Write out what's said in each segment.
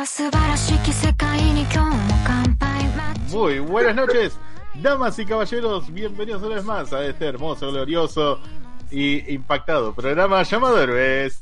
Muy buenas noches, damas y caballeros, bienvenidos una vez más a este hermoso, glorioso y impactado programa llamado Héroes.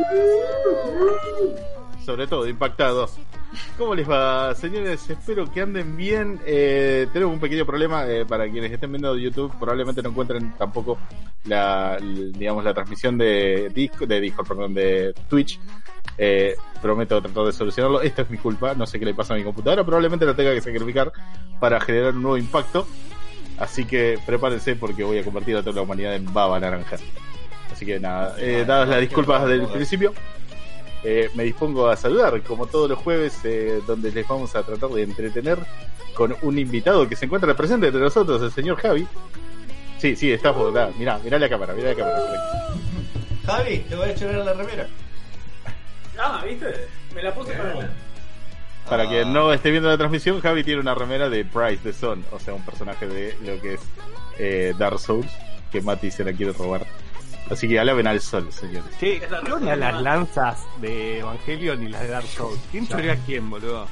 Sobre todo impactado. ¿Cómo les va, señores? Espero que anden bien. Tenemos un pequeño problema para quienes estén viendo YouTube. Probablemente no encuentren tampoco la transmisión de Discord, perdón, de Twitch. Prometo tratar de solucionarlo. Esta es mi culpa, no sé qué le pasa a mi computadora. Probablemente lo tenga que sacrificar para generar un nuevo impacto. Así que prepárense porque voy a convertir a toda la humanidad en baba naranja. Así que nada, dadas las disculpas del principio, me dispongo a saludar como todos los jueves, donde les vamos a tratar de entretener con un invitado que se encuentra presente entre nosotros, el señor Javi. Sí, está vos, mirá la cámara. Javi, te voy a echar la remera. ¿Viste? Me la puse para quien no esté viendo la transmisión, Javi tiene una remera de Price the Sun, o sea, un personaje de lo que es Dark Souls, que Mati se la quiere robar. Así que alaben al sol, señores. ¿Qué onda las lanzas de Evangelion y las de Dark Souls? ¿Quién chorea a quién, boludo?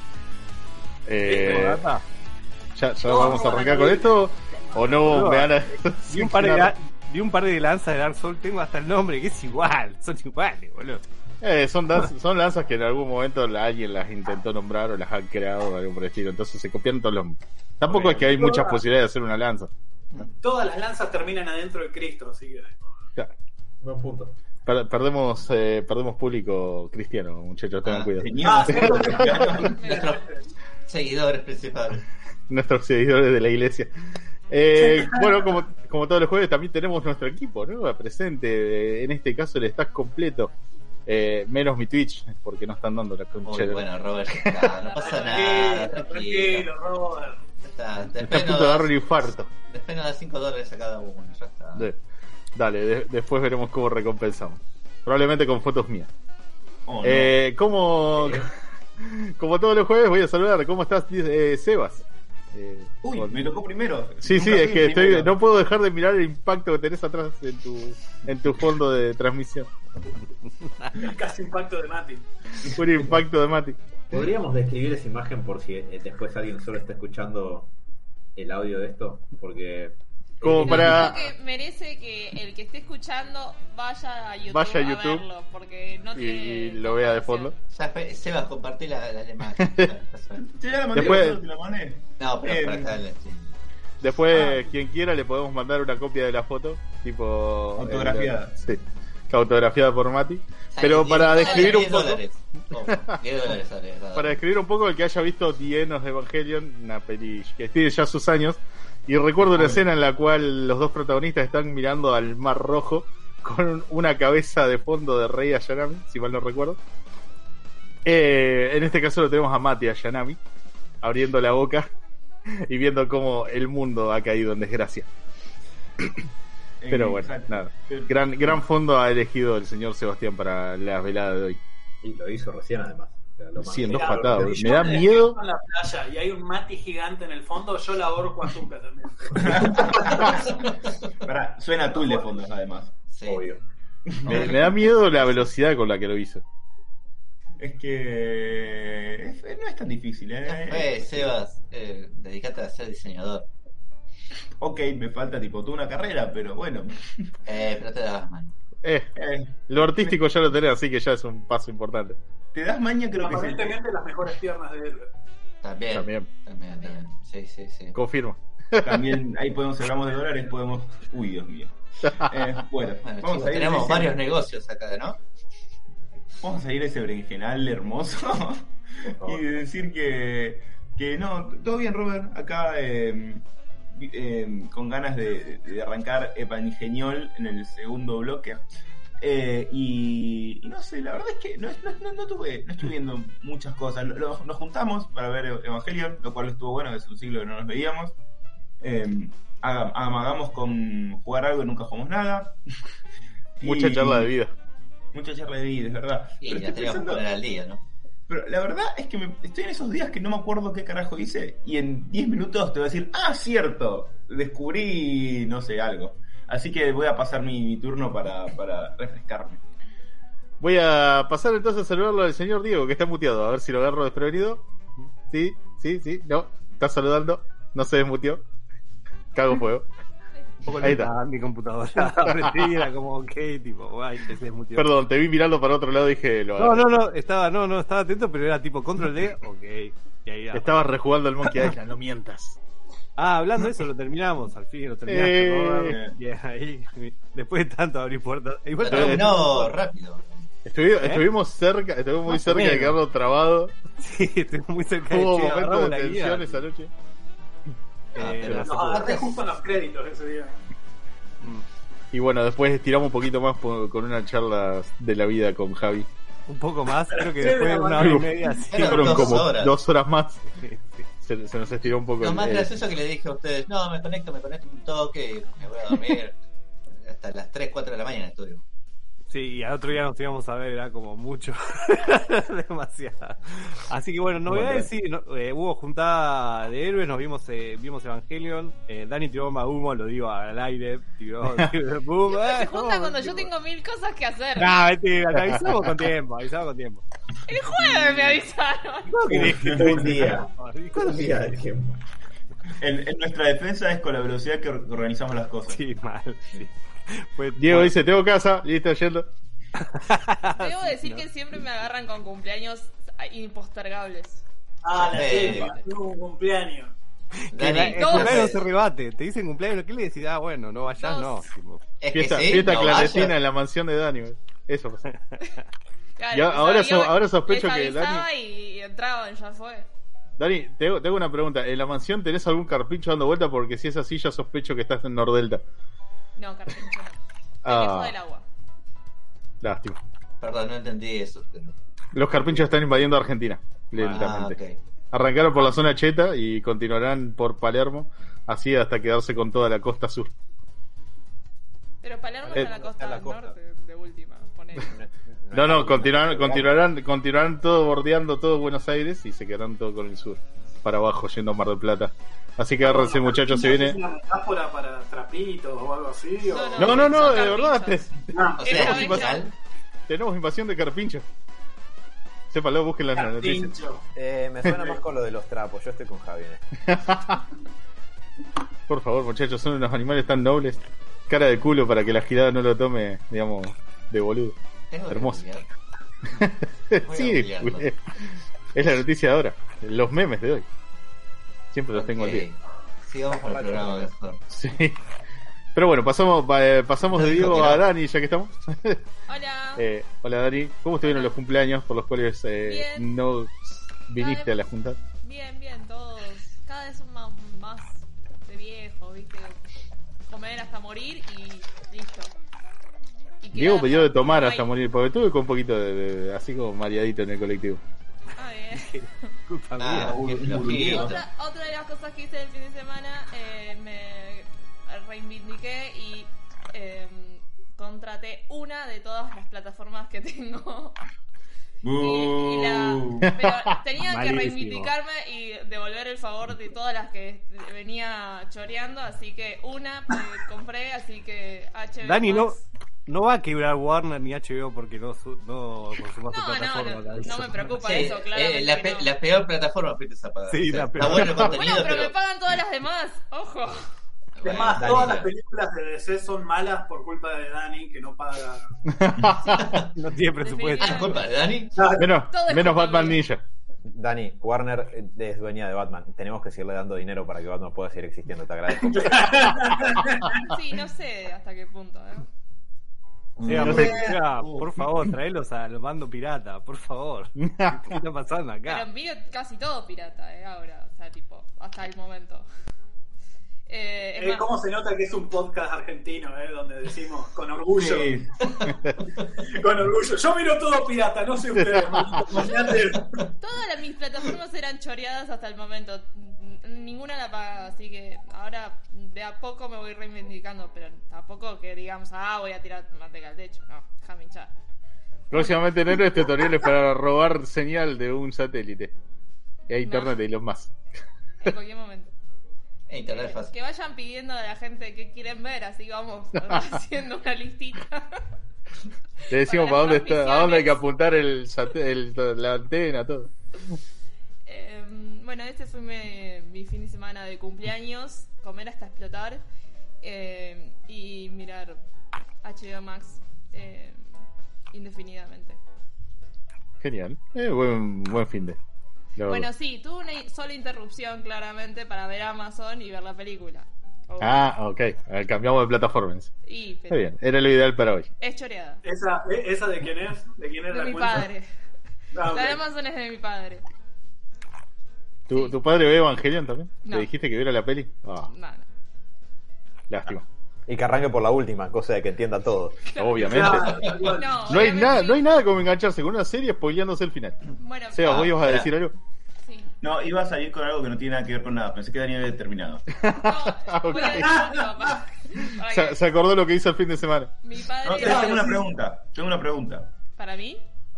¿Ya vamos a arrancar con esto? ¿O no? Vi un par de lanzas de Dark Souls, tengo hasta el nombre, que es igual, son iguales, boludo. Son lanzas que en algún momento alguien las intentó nombrar o las han creado o algo por el estilo, entonces se copian todos los... Tampoco es que hay muchas posibilidades de hacer una lanza. Todas las lanzas terminan adentro de Cristo, así que... Claro. Buen punto. Perdemos público cristiano, muchachos, tengan cuidado. Nuestros seguidores principales. Nuestros seguidores de la iglesia. Bueno, como todos los jueves también tenemos nuestro equipo, ¿no? Presente, en este caso el staff completo. Menos mi Twitch, porque no están dando la concha. Bueno, Robert, no pasa nada. Tranquilo, Robert. Está a punto de dar un infarto. Después nos da $5 a cada uno, ya está. Dale, después veremos cómo recompensamos. Probablemente con fotos mías. Oh, no. Como todos los jueves voy a saludar. ¿Cómo estás, Sebas? Me tocó primero. Sí, es que no puedo dejar de mirar el impacto que tenés atrás en tu fondo de transmisión. Casi impacto de Mati. Un impacto de Mati. ¿Podríamos describir esa imagen por si después alguien solo está escuchando el audio de esto? Porque... Como para... Creo que merece que el que esté escuchando vaya a YouTube, a verlo, porque no tiene... y lo vea de fondo. Se va a compartir la imagen. Sí, ya la mandé. Después... ¿Te la mandé? No, pero para estarle, sí. Después, quien quiera, le podemos mandar una copia de la foto, tipo... Autografiada. Sí, autografiada por Mati. Pero para describir un poco... $10 sale. Para describir un poco, el que haya visto The End of Evangelion, una peli que tiene ya sus años, y recuerdo una escena en la cual los dos protagonistas están mirando al Mar Rojo con una cabeza de fondo de Rey Ayanami, si mal no recuerdo. En este caso lo tenemos a Mati Ayanami abriendo la boca y viendo cómo el mundo ha caído en desgracia. Pero bueno, nada. Gran fondo ha elegido el señor Sebastián para la velada de hoy. Y lo hizo recién, además. Siendo fatado. Me da miedo. En la playa y hay un Mati gigante en el fondo, yo la ahorco a Zunca también. Suena Tool de fondo, además. Sí. Obvio. Me da miedo la velocidad con la que lo hizo. Es que no es tan difícil, Sebas, dedícate a ser diseñador. Ok, me falta toda una carrera, pero bueno. Pero te das maña. Lo artístico ya lo tenés, así que ya es un paso importante. Te das maña, creo que sí. Aparentemente las mejores piernas de héroe. También. Sí. Confirmo. También ahí si hablamos de dólares, podemos... Uy, Dios mío. Bueno, vamos chicos, a ir tenemos varios negocios acá, ¿no? Vamos a ir a ese berenjenal hermoso y decir que no, todo bien, Robert, acá con ganas de arrancar Evangelion en el segundo bloque. Y no sé, la verdad es que no estuve viendo muchas cosas. Nos juntamos para ver Evangelion, lo cual estuvo bueno, que es un siglo que no nos veíamos. Amagamos con jugar algo y nunca jugamos nada. Mucha charla de vida. Mucha charla de vida, es verdad. Y la teníamos que poner al día, ¿no? Pero la verdad es que estoy en esos días que no me acuerdo qué carajo hice. Y en 10 minutos te voy a decir, cierto, descubrí, no sé, algo. Así que voy a pasar mi turno para refrescarme. Voy a pasar entonces a saludarlo al señor Diego, que está muteado. A ver si lo agarro desprevenido. Sí. No, está saludando. No se desmuteó. Cago fuego. Un poco Ahí está. lenta mi computadora prendida, como ok, tipo, ay, se desmutió. Perdón, te vi mirando para otro lado y dije lo agarro. No, estaba atento, pero era tipo control D, ok. Y ahí Estabas rejugando el Monkey Island, no mientas. hablando de eso, lo terminamos, al fin lo terminaste, Robert. Bien, ahí, después de tanto abrir puertas. Igual Lo terminó rápido. Estuvimos cerca, estuvimos muy Más o cerca de menos. quedarlo trabado. Sí, estoy muy cerca de Hubo che, momentos agarramos de la guía. tensión esa noche. Pero Nos agarré justo en los créditos ese día. Y bueno, después estiramos un poquito más con una charla de la vida con Javi. Un poco más, creo que Sí, después de de la una hora y media, sí. Pero Fueron 2 como horas. 2 horas más. Sí. Se nos estiró un poco. Lo más el- gracioso que le dije a ustedes, no, me conecto un toque y me voy a dormir. Hasta las 3, 4 de la mañana estuvimos. Sí, y al otro día nos íbamos a ver, era como mucho. Demasiado. Así que bueno, novedades sí, hubo juntada de héroes, nos vimos Evangelion, Dani tiró bomba de humo, lo digo al aire, tiró boom. Se junta cuando yo tengo 1000 cosas que hacer. No, mentira, te avisamos con tiempo, El jueves me avisaron. ¿Cómo querés que te Un día. ¿Cuándo Un día de tiempo. En nuestra defensa es con la velocidad que organizamos las cosas. Sí, mal, sí. Diego dice, tengo casa, y está yendo. Debo decir que siempre me agarran con cumpleaños impostergables. Ah, la Sí. chica, tuvo un cumpleaños. Dani, El cumpleaños no se rebate, te dicen cumpleaños, ¿qué le decís? Ah, bueno, no vayas, Dos. no. Tipo, es que Fiesta, sí, fiesta no clandestina vayas. en la mansión de Dani. Eso pasa. Claro, Ya, pues, ahora sospecho les que avisaba y entraban, ya fue. Dani, tengo una pregunta. ¿En la mansión tenés algún carpincho dando vuelta? Porque si es así, ya sospecho que estás en Nordelta. No, carpincho no. Ah. Alejo del agua. Lástima. Perdón, no entendí eso. Pero... Los carpinchos están invadiendo Argentina, Ah, lentamente. ok. Arrancaron por la zona cheta y continuarán por Palermo, así hasta quedarse con toda la costa sur. Pero Palermo está en la costa en la costa. norte, de última. Ponele. No, continuarán todo bordeando todo Buenos Aires y se quedarán todo con el sur, para abajo, yendo a Mar del Plata. Así que agárrense, muchachos, se ¿Es viene. una metáfora para trapitos o algo así? O... No, No, son de verdad, carpinchos. Ah, O Era sea, bien literal. tenemos invasión de carpinchos. Sépalo, búsquenla en las noticias. carpincho. Me suena más con lo de los trapos. Yo estoy con Javi en esto. Por favor, muchachos, son unos animales tan nobles. Cara de culo para que la girada no lo tome, digamos, de boludo. Tengo que Hermoso. googlear. Voy a Sí, googlearlo. es la noticia de ahora. Los memes de hoy. Siempre los tengo al Ok. día. Sigamos con el programa mejor. Sí. Pero bueno, pasamos de Diego a Dani, ya que estamos. Hola. Hola Dani, ¿cómo estuvieron los cumpleaños por los cuales Bien. no viniste a la junta? Bien, todos. Cada vez son más de viejos, ¿viste? Comer hasta morir y listo. Y Diego quedar- pidió de tomar Ay. hasta morir, porque estuve con un poquito de así como mareadito en el colectivo. Ah, bien. culpa Ah, mía. qué flojito. Otra de las cosas que hice el fin de semana, me reivindiqué y contraté una de todas las plataformas que tengo. Pero tenía que Malísimo. reivindicarme y devolver el favor de todas las que venía choreando, así que una compré, así que HBO Dani, Max. no va a quebrar Warner ni HBO porque no consumas su No, plataforma. no me preocupa Sí, eso, claramente. la, que no. la peor plataforma fuiste a pagar. Sí, la peor. Está bueno el contenido, Bueno, pero me pagan todas las demás, ojo. Además, Dani, todas las Dani. películas de DC son malas por culpa de Dani, que no paga. No tiene presupuesto. Ah, ¿es culpa de Dani? Menos Todo es Batman culpable. Ninja. Dani, Warner es dueña de Batman. Tenemos que seguirle dando dinero para que Batman pueda seguir existiendo. Te agradezco. Sí, no sé hasta qué punto, ¿eh? Por favor, traelos al bando pirata, por favor. ¿Qué está pasando Pero acá? envío casi todo pirata, ahora, o sea, tipo, hasta el momento. Es más, ¿Cómo se nota que es un podcast argentino, donde decimos con orgullo? Sí. Con orgullo. Yo miro todo pirata, no sé ustedes. Imagínate. todas mis plataformas eran choreadas hasta el momento. Ninguna la pagaba, así que ahora de a poco me voy reivindicando, pero tampoco que digamos, voy a tirar manteca al techo. No, déjame hinchar. Próximamente en enero tutoriales para robar señal de un satélite. E internet y los más. En cualquier momento. Internet es fácil. Que vayan pidiendo a la gente qué quieren ver, así vamos haciendo una listita. Le decimos Para para dónde las está, a dónde hay que transmisiones. apuntar la antena, todo. Bueno, este fue mi fin de semana de cumpleaños, comer hasta explotar y mirar HBO Max indefinidamente. Genial. Buen fin de. Bueno, sí, tuve una sola interrupción claramente para ver Amazon y ver la película. Ok. Cambiamos de plataformas. Está bien, era lo ideal para hoy. Es choreada. ¿Esa de quién es? ¿De quién es De la mi cuenta? padre. Ah, ok. La de Amazon es de mi padre. ¿Tu padre ve Evangelion también? No. ¿Le dijiste que viera la peli? No. Lástima. Y que arranque por la última, cosa de que entienda todo. Obviamente. Claro, tal cual. No hay nada como engancharse con una serie spoileándose el final. Bueno, Seba, ¿vos ibas a espera. decir algo? sí. No, iba a salir con algo que no tiene nada que ver con nada. Pensé que Daniel había terminado. No, voy a decir a mi papá. Para que Se acordó lo que hizo el fin de semana. mi padre. No, tengo una pregunta. ¿Para mí?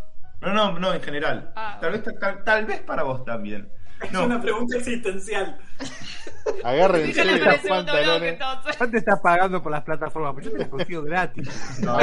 No, en general. Ah, Tal vez para vos también. Es No, una pregunta existencial. Agárrense Dígale los para el segundo bloque, pantalones. entonces. ¿Cuánto estás pagando por las plataformas? Pues yo te las consigo gratis. no.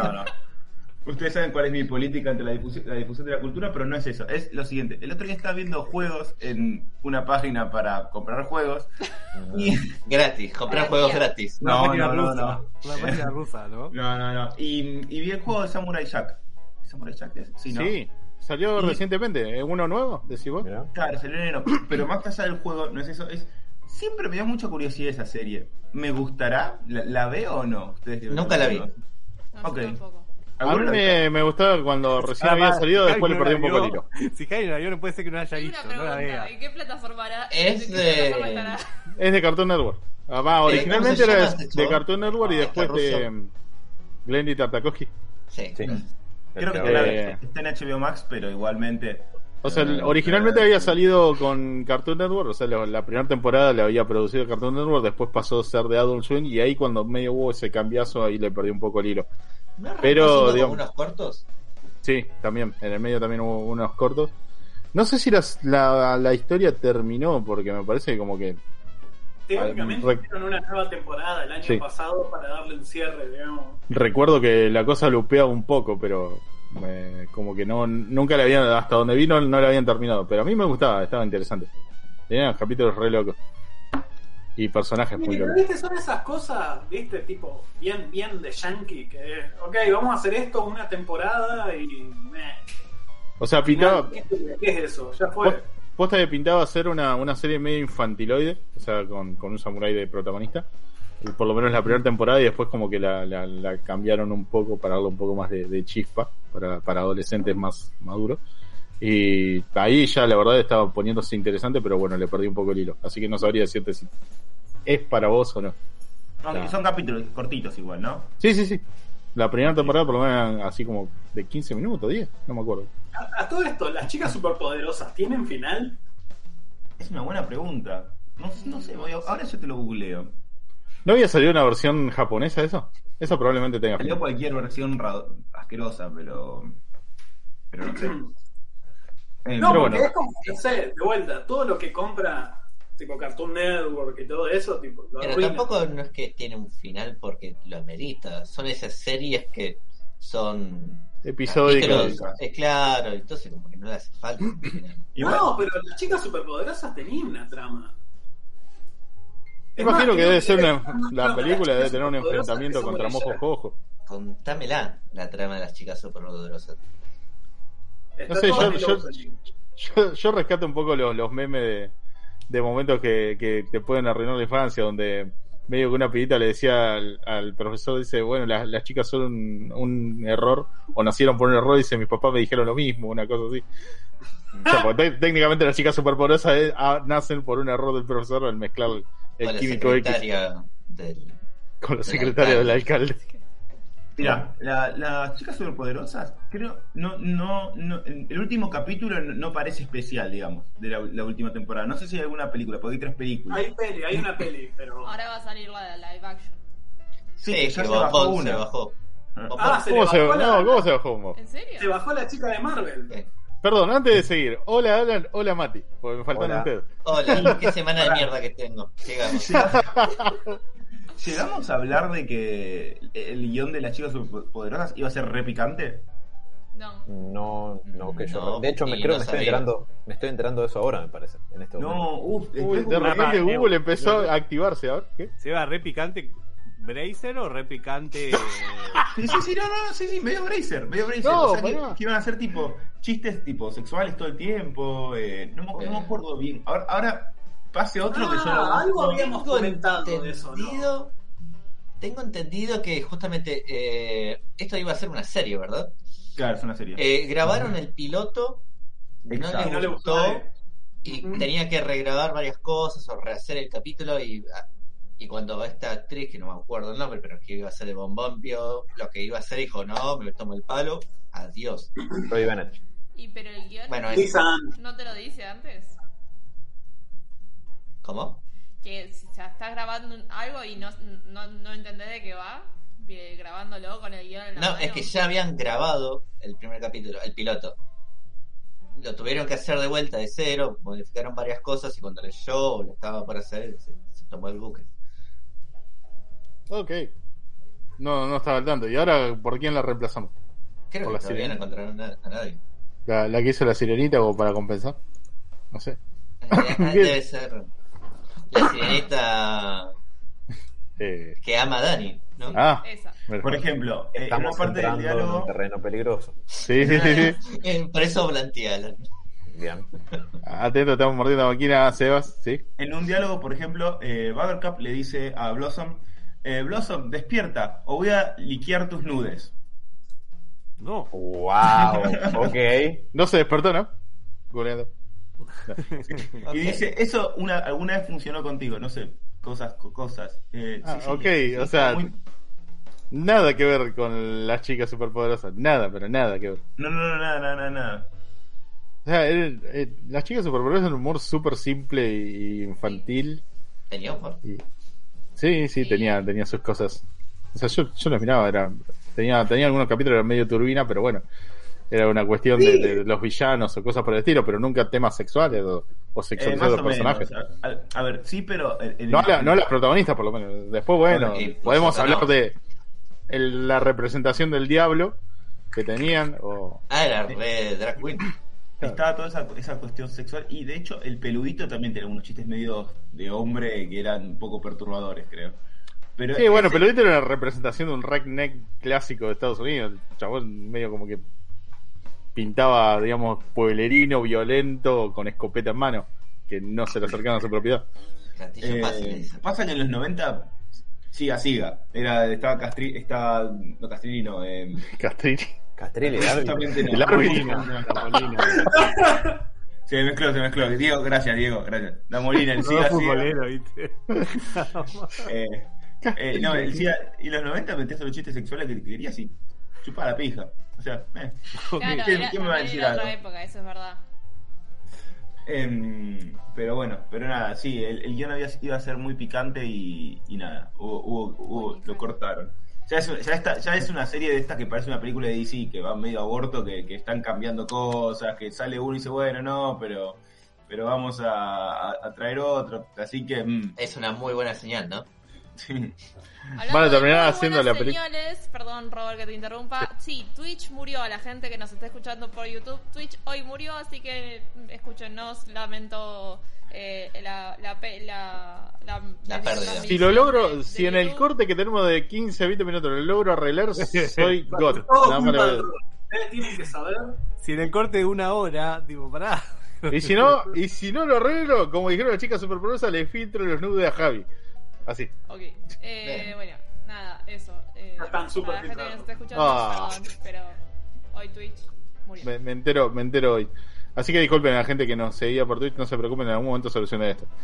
Ustedes saben cuál es mi política ante la difusión de la cultura, pero no es eso. Es lo siguiente. El otro día estaba viendo juegos en una página para comprar juegos. Y... Gratis, comprar juegos gratis. Una No, página no, no, rusa. no. Una página rusa, ¿no? No. Y vi el juego de Samurai Jack. ¿Samurai Jack es? Sí, ¿no? Sí, salió Y- recientemente. ¿Es uno nuevo? ¿Decís vos? Mirá. Claro, salió en enero. Pero más allá del juego, no es eso. Siempre me da mucha curiosidad esa serie. ¿Me gustará? ¿La veo o no? Ustedes Nunca la vi. No, Ok. yo tampoco. A mí ¿Alguno la vio? me gustaba cuando recién había salido, después le perdí un poco el hilo. Si Jaime la vio, no puede ser que no la haya Tengo visto. una No la pregunta. vea. ¿En qué plataforma hará? Es ¿En qué de- plataforma estará? Es de Cartoon Network. Originalmente ¿Cómo se era llama este de chabón? Cartoon Network y después Este de Glendy Tartakovsky. Sí. Sí. Creo que está en HBO Max, pero igualmente. O sea, originalmente había salido con Cartoon Network, o sea, la primera temporada la había producido Cartoon Network, después pasó a ser de Adult Swim y ahí cuando medio hubo ese cambiazo ahí le perdí un poco el hilo. ¿No arrancó Pero, haciendo digamos- como unos cortos? Sí, también, en el medio también hubo unos cortos. No sé si la historia terminó, porque me parece como que... Teóricamente hicieron una nueva temporada el año Sí. pasado para darle el cierre, digamos. Recuerdo que la cosa lupeaba un poco, pero como que nunca la habían, hasta donde vino no la habían terminado. Pero a mí me gustaba, estaba interesante. Tenía capítulos re locos. Y personajes muy Pero, locos. ¿viste? Son esas cosas, ¿viste? Tipo, bien de yankee, que es, ok, vamos a hacer esto una temporada y... O sea, pintaba... ¿Qué es eso? Ya fue. Posta que pintaba hacer una serie medio infantiloide, o sea, con un samurái de protagonista. Y por lo menos la primera temporada, y después como que la cambiaron un poco para darle un poco más de chispa para adolescentes más maduros. Y ahí ya la verdad estaba poniéndose interesante, pero bueno, le perdí un poco el hilo. Así que no sabría decirte si es para vos o no. No, son capítulos cortitos igual, ¿no? Sí. La primera temporada por lo menos eran así como de 15 minutos, 10, no me acuerdo. A todo esto, ¿las chicas superpoderosas tienen final? Es una buena pregunta. No sé, ahora yo te lo googleo. ¿No había salido una versión japonesa de eso? Eso probablemente tenga Salió final. cualquier versión asquerosa, pero no sé. No, pero porque bueno. es como, no sé, de vuelta, todo lo que compra, tipo Cartoon Network y todo eso, tipo, lo Pero arruina. tampoco no es que tiene un final porque lo amerita. Son esas series que son Episódico. capítulos, es claro, entonces como que no le hace falta un final. Igual, No, pero las chicas superpoderosas tenían una trama. Es Imagino más, que creo debe ser es la trama de película las debe chicas tener un superpoderosas enfrentamiento que son contra Mojo Bonilla. Jojo. Contámela la trama de las chicas superpoderosas. Está No sé, todo en el yo ojo. yo rescato un poco los memes de momentos que te pueden arruinar la infancia, donde medio que una pibita le decía al profesor, dice, bueno, las chicas son un error, o nacieron por un error, dice, mis papás me dijeron lo mismo, una cosa así. O sea, porque técnicamente las chicas superpoderosas nacen por un error del profesor al mezclar O el la químico X secretaria del... con los del secretarios del alcalde. alcalde. mira, las chicas superpoderosas, creo, no, el último capítulo no parece especial, digamos, de la última temporada. No sé si hay alguna película, porque hay 3 películas. Hay una peli, pero... Ahora va a salir la de live action. Sí, ya que se bajó Bob una. se bajó. Ah, se le ¿Cómo se bajó la- ¿cómo se bajó? Mo? ¿En serio? Se bajó la chica de Marvel. Perdón, antes de seguir, hola Alan, hola Mati, porque me faltan Hola. ustedes. Hola, qué semana de mierda que tengo. Llegamos. ¿Llegamos a hablar de que el guión de las chicas superpoderosas iba a ser re picante? No. No, que yo. No, De hecho, y creo no que sabía. me estoy enterando de eso ahora, me parece. En este momento. No, Uy, estoy de repente Google. Google empezó a activarse. A ver, ¿qué? ¿Se va re picante Bracer o re picante? Sí, medio Bracer. No, o sea, pará. que iban a hacer tipo chistes tipo sexuales todo el tiempo. No me acuerdo bien. Ahora pase otro que yo no. Algo habíamos Tengo comentado de eso, ¿no? Tengo entendido que justamente esto iba a ser una serie, ¿verdad? Claro, es una serie. Grabaron el piloto, Exacto. Y no le gustó gustó a nadie. y tenía que regrabar varias cosas o rehacer el capítulo y cuando esta actriz, que no me acuerdo el nombre, pero que iba a ser de Bombón, vio lo que iba a hacer, dijo, no, me tomo el palo, adiós. Roy Bennett. Pero el guión Bueno, no te lo dice antes. ¿Cómo? Que si ya estás grabando algo y no entendés de qué va, grabándolo con el guión en la No, mano. es que ya habían grabado el primer capítulo, el piloto. Lo tuvieron que hacer de vuelta de cero, modificaron varias cosas y cuando leyó o lo estaba por hacer, se tomó el buque. Ok. No estaba al tanto. ¿Y ahora por quién la reemplazamos? Creo Por que la todavía no sirenita. encontraron a nadie. ¿La que hizo la sirenita o para compensar? No sé. Debe ser la sirenita que ama a Dani, ¿no? Esa. Por ejemplo, en una Estamos parte del entrando en diálogo. un terreno peligroso. Sí. Por eso plantea. Bien. Atento, estamos mordiendo la máquina, Sebas. Sí. En un diálogo, por ejemplo, Buttercup le dice a Blossom: Blossom, despierta, o voy a liquear tus nudes. No. Wow. Ok. No se despertó, ¿no? Googleando. Y dice: eso alguna vez funcionó contigo, no sé, cosas. Ok, sí, o sea, muy- nada que ver con las chicas superpoderosas. Nada, pero nada que ver. No, nada. O sea, las chicas superpoderosas son un humor súper simple y infantil. Tenía humor. Y... Sí, tenía sus cosas. O sea, yo las miraba, tenía algunos capítulos que eran medio turbina, pero bueno, era una cuestión de los villanos o cosas por el estilo, pero nunca temas sexuales o sexualizados más de o menos. personajes. A ver, sí, pero No las protagonistas, por lo menos. Después, bueno, Bueno, y podemos nosotros hablar no. de la representación del diablo que tenían. Era re drag queen. estaba toda esa cuestión sexual, y de hecho el peludito también tenía unos chistes medio de hombre que eran un poco perturbadores, creo. Pero Sí, bueno, pero era una representación de un redneck clásico de Estados Unidos. El chabón medio como que pintaba, digamos, pueblerino, violento, con escopeta en mano, que no se le acercaban a su propiedad. Castillo fácil, esa. Pasa que en los 90 siga. Estaba no Castrini, no. Castrini. Castrilli, Darwin. Justamente no. El árbitro. La Molina. Se mezcló. Diego, gracias. La Molina, el No siga. futbolero, ¿viste? No, el siga. Y los 90 metías los chistes sexuales que quería así. Chupar la pija. O sea, Claro, ¿quién me va a decir era otra algo? época, eso es verdad. Pero bueno, nada, sí, el guión iba a ser muy picante y nada, lo cortaron. Ya es una serie de estas que parece una película de DC, que va medio aborto, que están cambiando cosas, que sale uno y dice, bueno, no, pero vamos a traer otro, así que... Es una muy buena señal, ¿no? sí. Hablando Van a de terminar muy haciendo buenas la película. señales, perdón, Robert, que te interrumpa. Sí, Twitch murió. A la gente que nos está escuchando por YouTube, Twitch hoy murió, así que escúchenos. Lamento la pérdida. Si lo logro, de si en el YouTube. corte que tenemos de 15 a 20 minutos lo logro arreglar, soy God. Todo Nada más culpa le del voy Robert. Ustedes tienen que saber. Si en el corte de una hora, tipo, pará. a decir. Y si no lo arreglo, como dijeron las chicas superpoderosas, le filtro los nudes a Javi. Así. Ok. Bueno, nada, eso. Ya están súper a la gente que nos está filtrados. escuchando, perdón, pero hoy Twitch murió. Me entero hoy. Así que disculpen a la gente que nos seguía por Twitch, no se preocupen, en algún momento solucioné esto.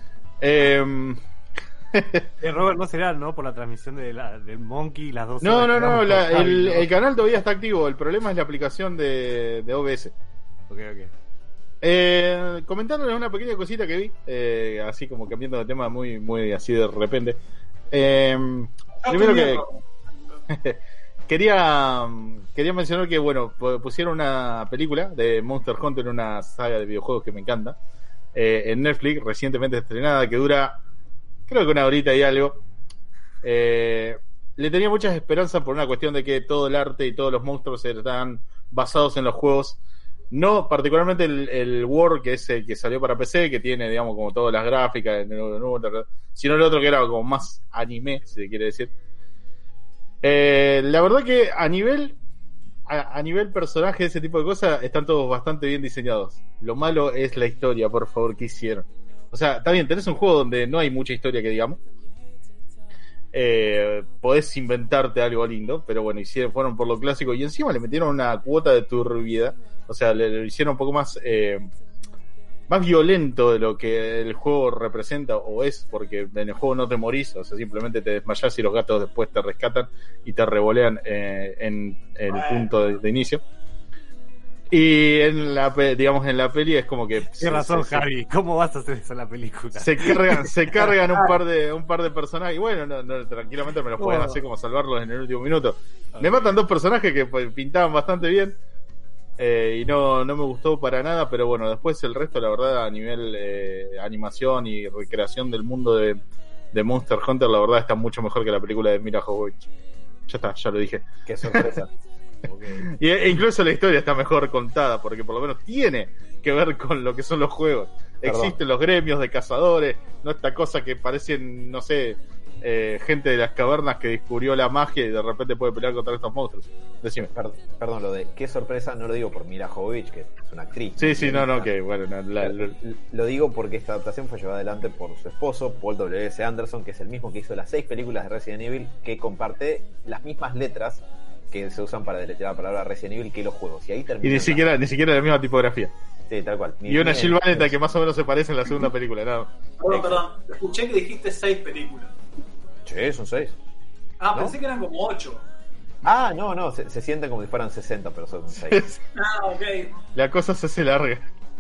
Robert, no será, ¿no? Por la transmisión del Monkey, las dos No, horas que hablamos con Javi, ¿no? el canal todavía está activo, el problema es la aplicación de OBS. Ok. Comentándoles una pequeña cosita que vi, así como cambiando de tema muy así de repente. Primero que quería mencionar que, bueno, pusieron una película de Monster Hunter, una saga de videojuegos que me encanta, en Netflix, recientemente estrenada, que dura, creo que una horita y algo. le tenía muchas esperanzas por una cuestión de que todo el arte y todos los monstruos están basados en los juegos. No particularmente el War, que es el que salió para PC, que tiene, digamos, como todas las gráficas, sino el otro que era como más anime, si se quiere decir. La verdad que a nivel personaje, ese tipo de cosas, están todos bastante bien diseñados. Lo malo es la historia, por favor, que hicieron. O sea, está bien, tenés un juego donde no hay mucha historia que digamos. Podés inventarte algo lindo, pero bueno, fueron por lo clásico y encima le metieron una cuota de turbiedad. O sea, le hicieron un poco más violento de lo que el juego representa o es, porque en el juego no te morís, o sea, simplemente te desmayás y los gatos después te rescatan y te revolean en el punto de inicio. Y en la peli es como que tienes razón, Javi, ¿cómo vas a hacer eso en la película? Se cargan un par de personajes y bueno, tranquilamente me los pueden hacer como salvarlos en el último minuto. Okay. Me matan 2 personajes que pintaban bastante bien. Y no me gustó para nada, pero bueno, después el resto, la verdad, a nivel animación y recreación del mundo de Monster Hunter, la verdad está mucho mejor que la película de Mila Jovovich. Ya está, ya lo dije. Qué sorpresa. Okay. E incluso la historia está mejor contada, porque por lo menos tiene que ver con lo que son los juegos. Perdón. Existen los gremios de cazadores, no esta cosa que parecen, no sé, gente de las cavernas que descubrió la magia y de repente puede pelear contra estos monstruos. Decime. Perdón, lo de qué sorpresa no lo digo por Mila Jovovich, que es una actriz. Sí, no, que bueno. Lo digo porque esta adaptación fue llevada adelante por su esposo, Paul W.S. Anderson, que es el mismo que hizo las 6 películas de Resident Evil, que comparte las mismas letras que se usan para deletrear la palabra Resident Evil que los juegos. Y ahí termina. Y ni siquiera la misma tipografía. Sí, tal cual. Y una Jill Valenta que más o menos se parece en la segunda película, ¿no? Perdón. Escuché que dijiste 6 películas. Sí, son 6. ¿No? Pensé que eran como 8. No, se sienten como si fueran 60, pero son 6. Ok. La cosa se hace larga.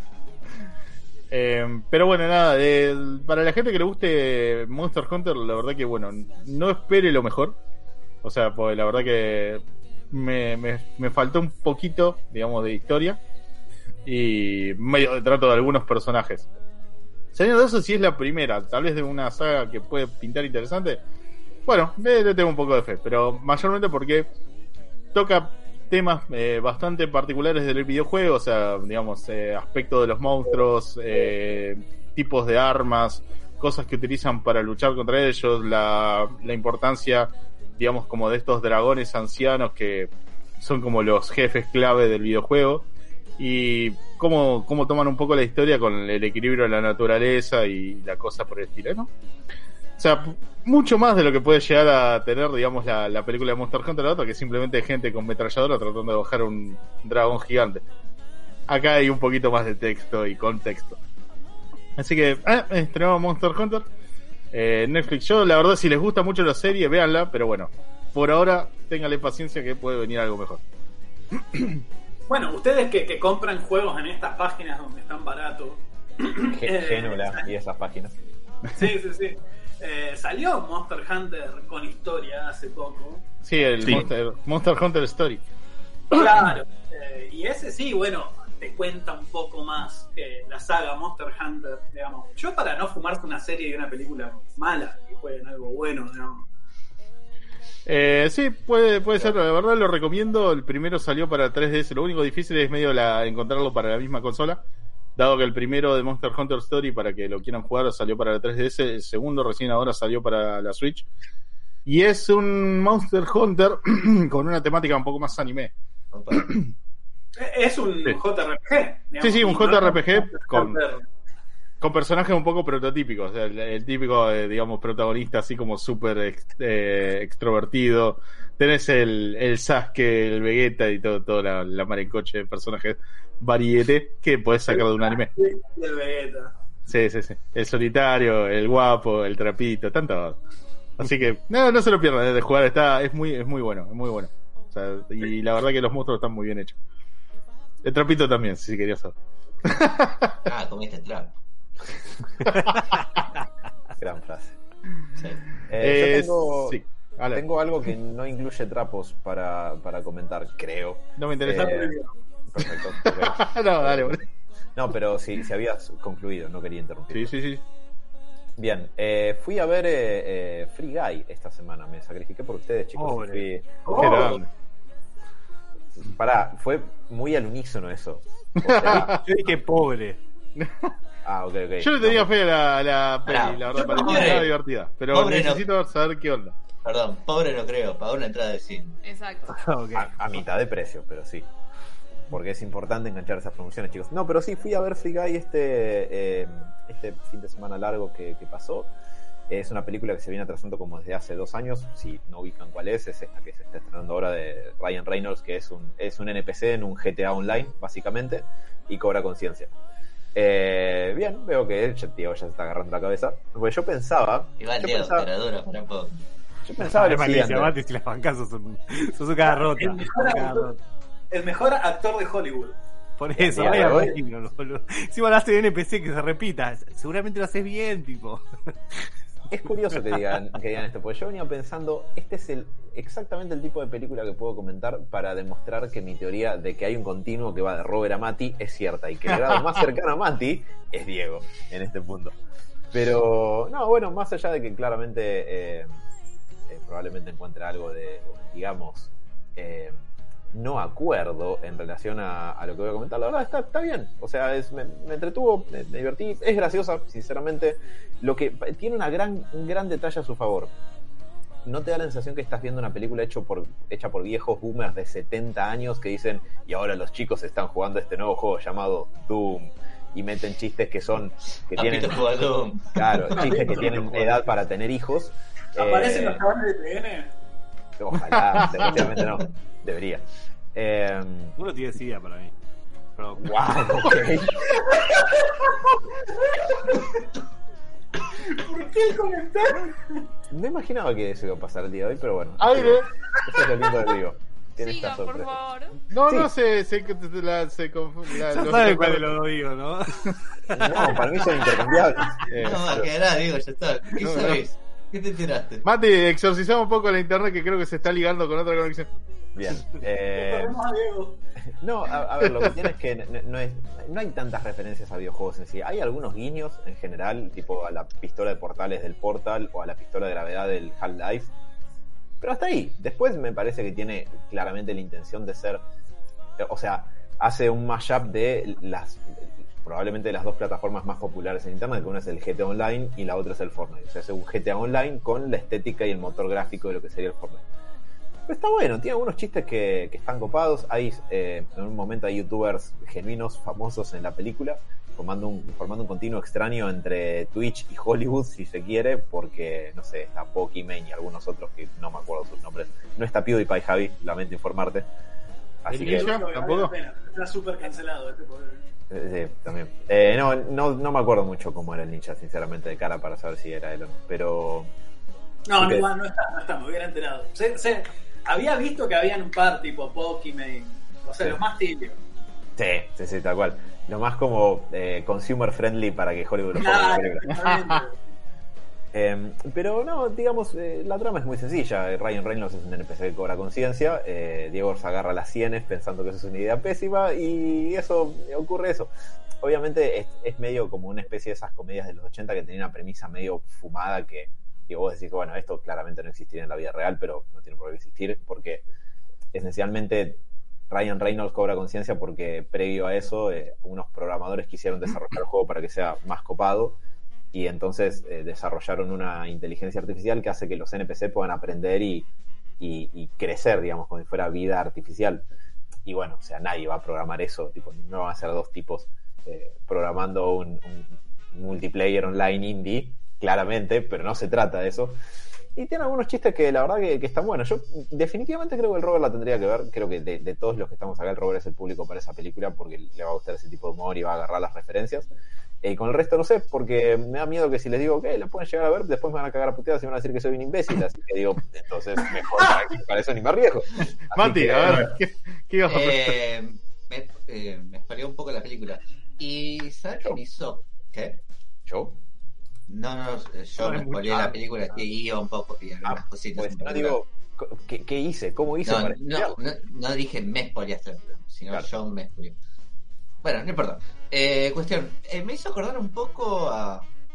Pero bueno, nada, para la gente que le guste Monster Hunter, la verdad que bueno, no espere lo mejor. O sea, pues la verdad que me faltó un poquito, digamos, de historia y medio de trato de algunos personajes. Sabiendo de eso, si es la primera, tal vez de una saga que puede pintar interesante, bueno, le tengo un poco de fe, pero mayormente porque toca temas bastante particulares del videojuego, o sea, digamos, aspecto de los monstruos, tipos de armas, cosas que utilizan para luchar contra ellos, la importancia, digamos, como de estos dragones ancianos que son como los jefes clave del videojuego, y cómo toman un poco la historia con el equilibrio de la naturaleza y la cosa por el estilo, ¿no? O sea, mucho más de lo que puede llegar a tener, digamos, la película de Monster Hunter, la otra, que es simplemente gente con metralladora tratando de bajar un dragón gigante. Acá hay un poquito más de texto y contexto. Así que, estrenamos Monster Hunter. Netflix, yo la verdad, si les gusta mucho la serie, véanla, pero bueno, por ahora ténganle paciencia que puede venir algo mejor. Bueno, ustedes que compran juegos en estas páginas donde están baratos. Genula y esas páginas. Sí. Salió Monster Hunter con historia hace poco. Sí, Monster Hunter Story. Claro, y ese sí, bueno, te cuenta un poco más la saga Monster Hunter, digamos. Yo para no fumarse una serie y una película mala, que jueguen algo bueno, ¿no? Sí, puede ser, la verdad lo recomiendo. El primero salió para 3DS, lo único difícil es medio encontrarlo para la misma consola, dado que el primero de Monster Hunter Story, para que lo quieran jugar, salió para la 3DS, el segundo recién ahora salió para la Switch, y es un Monster Hunter con una temática un poco más anime. Es un JRPG, digamos. Sí, un JRPG con personajes un poco prototípicos, o sea, el típico, digamos, protagonista así como súper extrovertido. Tenés el Sasuke, el Vegeta y todo la mar en coche de personajes variete que podés sacar de un anime. El Vegeta. Sí. El solitario, el guapo, el trapito, tanto. Así que no se lo pierdan de jugar, es muy bueno, es muy bueno. O sea, y la verdad que los monstruos están muy bien hechos. El trapito también, si querías saber. Comiste trap. Gran frase. Sí. Yo tengo algo que no incluye trapos para comentar, creo. No me interesa. Perfecto. No, dale, boludo. No, pero si habías concluido, no quería interrumpir. Sí. Bien, fui a ver Free Guy esta semana. Me sacrifiqué por ustedes, chicos. Pobre. Pará, fue muy al unísono eso. O sea, Yo dije pobre. ok. Yo le tenía fe a la peli, Pará, la verdad, yo parecía pobre. nada divertida. Pero Pobre necesito saber qué onda. Perdón, pobre no creo, pagó una entrada de cine. Exacto. Ok. a mitad de precio, pero sí. Porque es importante enganchar esas promociones, chicos. No, pero sí, fui a ver Free Guy este fin de semana largo que pasó. Es una película que se viene atrasando como desde hace 2 años. Si no ubican cuál es esta que se está estrenando ahora de Ryan Reynolds, que es un NPC en un GTA Online, básicamente, y cobra conciencia. Bien, veo que el tío ya se está agarrando la cabeza. Pues yo pensaba... Igual, yo Diego, pensaba, pero duro, para un poco. yo pensaba lo Además, le siguiente. dice a Mati, si las bancas sos un cara rota. El mejor actor de Hollywood. Por eso, Bien, vaya hoy. Reynolds, boludo. Si vos hablaste de NPC que se repita, seguramente lo haces bien, tipo. Es curioso que digan esto, porque yo venía pensando, este es exactamente el tipo de película que puedo comentar para demostrar que mi teoría de que hay un continuo que va de Robert a Mati es cierta, y que el grado más cercano a Mati es Diego en este punto. Pero, no, bueno, más allá de que claramente probablemente encuentre algo de, digamos, no acuerdo en relación a lo que voy a comentar, la verdad está bien, o sea, me entretuvo, me divertí, es graciosa, sinceramente. Lo que tiene un gran detalle a su favor, no te da la sensación que estás viendo una película hecha por viejos boomers de 70 años que dicen, y ahora los chicos están jugando este nuevo juego llamado Doom, y meten chistes que tienen, claro, chistes que tienen edad para tener hijos. ¿Aparecen los chavales de TN? Ojalá, definitivamente no, debería. Uno tiene sida para mí. Pero, Wow, ok. ¿Por qué el comentario? No imaginaba que eso iba a pasar el día de hoy, pero bueno. Aire. Eso es lo lindo del vivo. Tiene esta Sigan, por sorpresa. favor. No, Sí. no se confunde. ya sabes cuál de los dos digo, ¿no? No, para mí son intercambiables. No, quedará, Diego, ya está. ¿Qué No, sabes? ¿Qué te enteraste? Mati, exorcizamos un poco la internet que creo que se está ligando con otra conexión. Bien. Recordemos a Diego. No, a ver, lo que tiene es que no hay tantas referencias a videojuegos en sí. Hay algunos guiños en general, tipo a la pistola de portales del Portal o a la pistola de gravedad del Half-Life. Pero hasta ahí. Después me parece que tiene claramente la intención de ser... O sea, hace un mashup de probablemente las 2 plataformas más populares en internet, que una es el GTA Online y la otra es el Fortnite. O sea, hace un GTA Online con la estética y el motor gráfico de lo que sería el Fortnite. Pero está bueno, tiene algunos chistes que están copados. Hay en un momento hay youtubers genuinos, famosos en la película, formando un continuo extraño entre Twitch y Hollywood, si se quiere, porque, no sé, está Pokimane y algunos otros que no me acuerdo sus nombres. No está PewDiePie, Javi, lamento informarte. Así ¿El que... Ninja? ¿Tampoco? Está súper cancelado este pobre. Sí, también. No me acuerdo mucho cómo era el ninja, sinceramente, de cara para saber si era él o no. Pero... No, Ok. no está, me hubiera enterado. Había visto que habían un par tipo Pokimane, o sea, Sí. los más tibios. Sí, tal cual. Lo más como consumer friendly para que Hollywood lo ponga en la Claro, película. exactamente. Pero no, digamos, la trama es muy sencilla. Ryan Reynolds es un NPC que cobra conciencia. Diego se agarra las sienes pensando que eso es una idea pésima. Y ocurre eso. Obviamente es medio como una especie de esas comedias de los 80 que tenía una premisa medio fumada que vos decís que bueno, esto claramente no existiría en la vida real, pero no tiene por qué existir, porque esencialmente Ryan Reynolds cobra conciencia porque previo a eso unos programadores quisieron desarrollar el juego para que sea más copado, y entonces desarrollaron una inteligencia artificial que hace que los NPC puedan aprender y crecer, digamos, como si fuera vida artificial. Y bueno, o sea, nadie va a programar eso, tipo, no van a ser 2 tipos programando un multiplayer online indie, claramente, pero no se trata de eso. Y tiene algunos chistes que la verdad que están buenos. Yo definitivamente creo que el Robert la tendría que ver. Creo que de todos los que estamos acá, el Robert es el público para esa película porque le va a gustar ese tipo de humor y va a agarrar las referencias. Y con el resto no sé, porque me da miedo que si les digo que la pueden llegar a ver, después me van a cagar a puteadas y me van a decir que soy un imbécil. Así que digo, entonces mejor para eso ni me arriesgo. Así Mati, que, a ver, ¿qué ibas a preguntar? Me spoileó un poco la película. ¿Y sabes qué me hizo? ¿Qué? ¿Yo? No, yo me spoileé la película, que iba un poco y algunas cositas. Pues no digo, ¿qué hice? ¿Cómo hice para No dije me spoileaste la película, sino Claro. yo me spoileé. Bueno, no importa. Cuestión, me hizo acordar un poco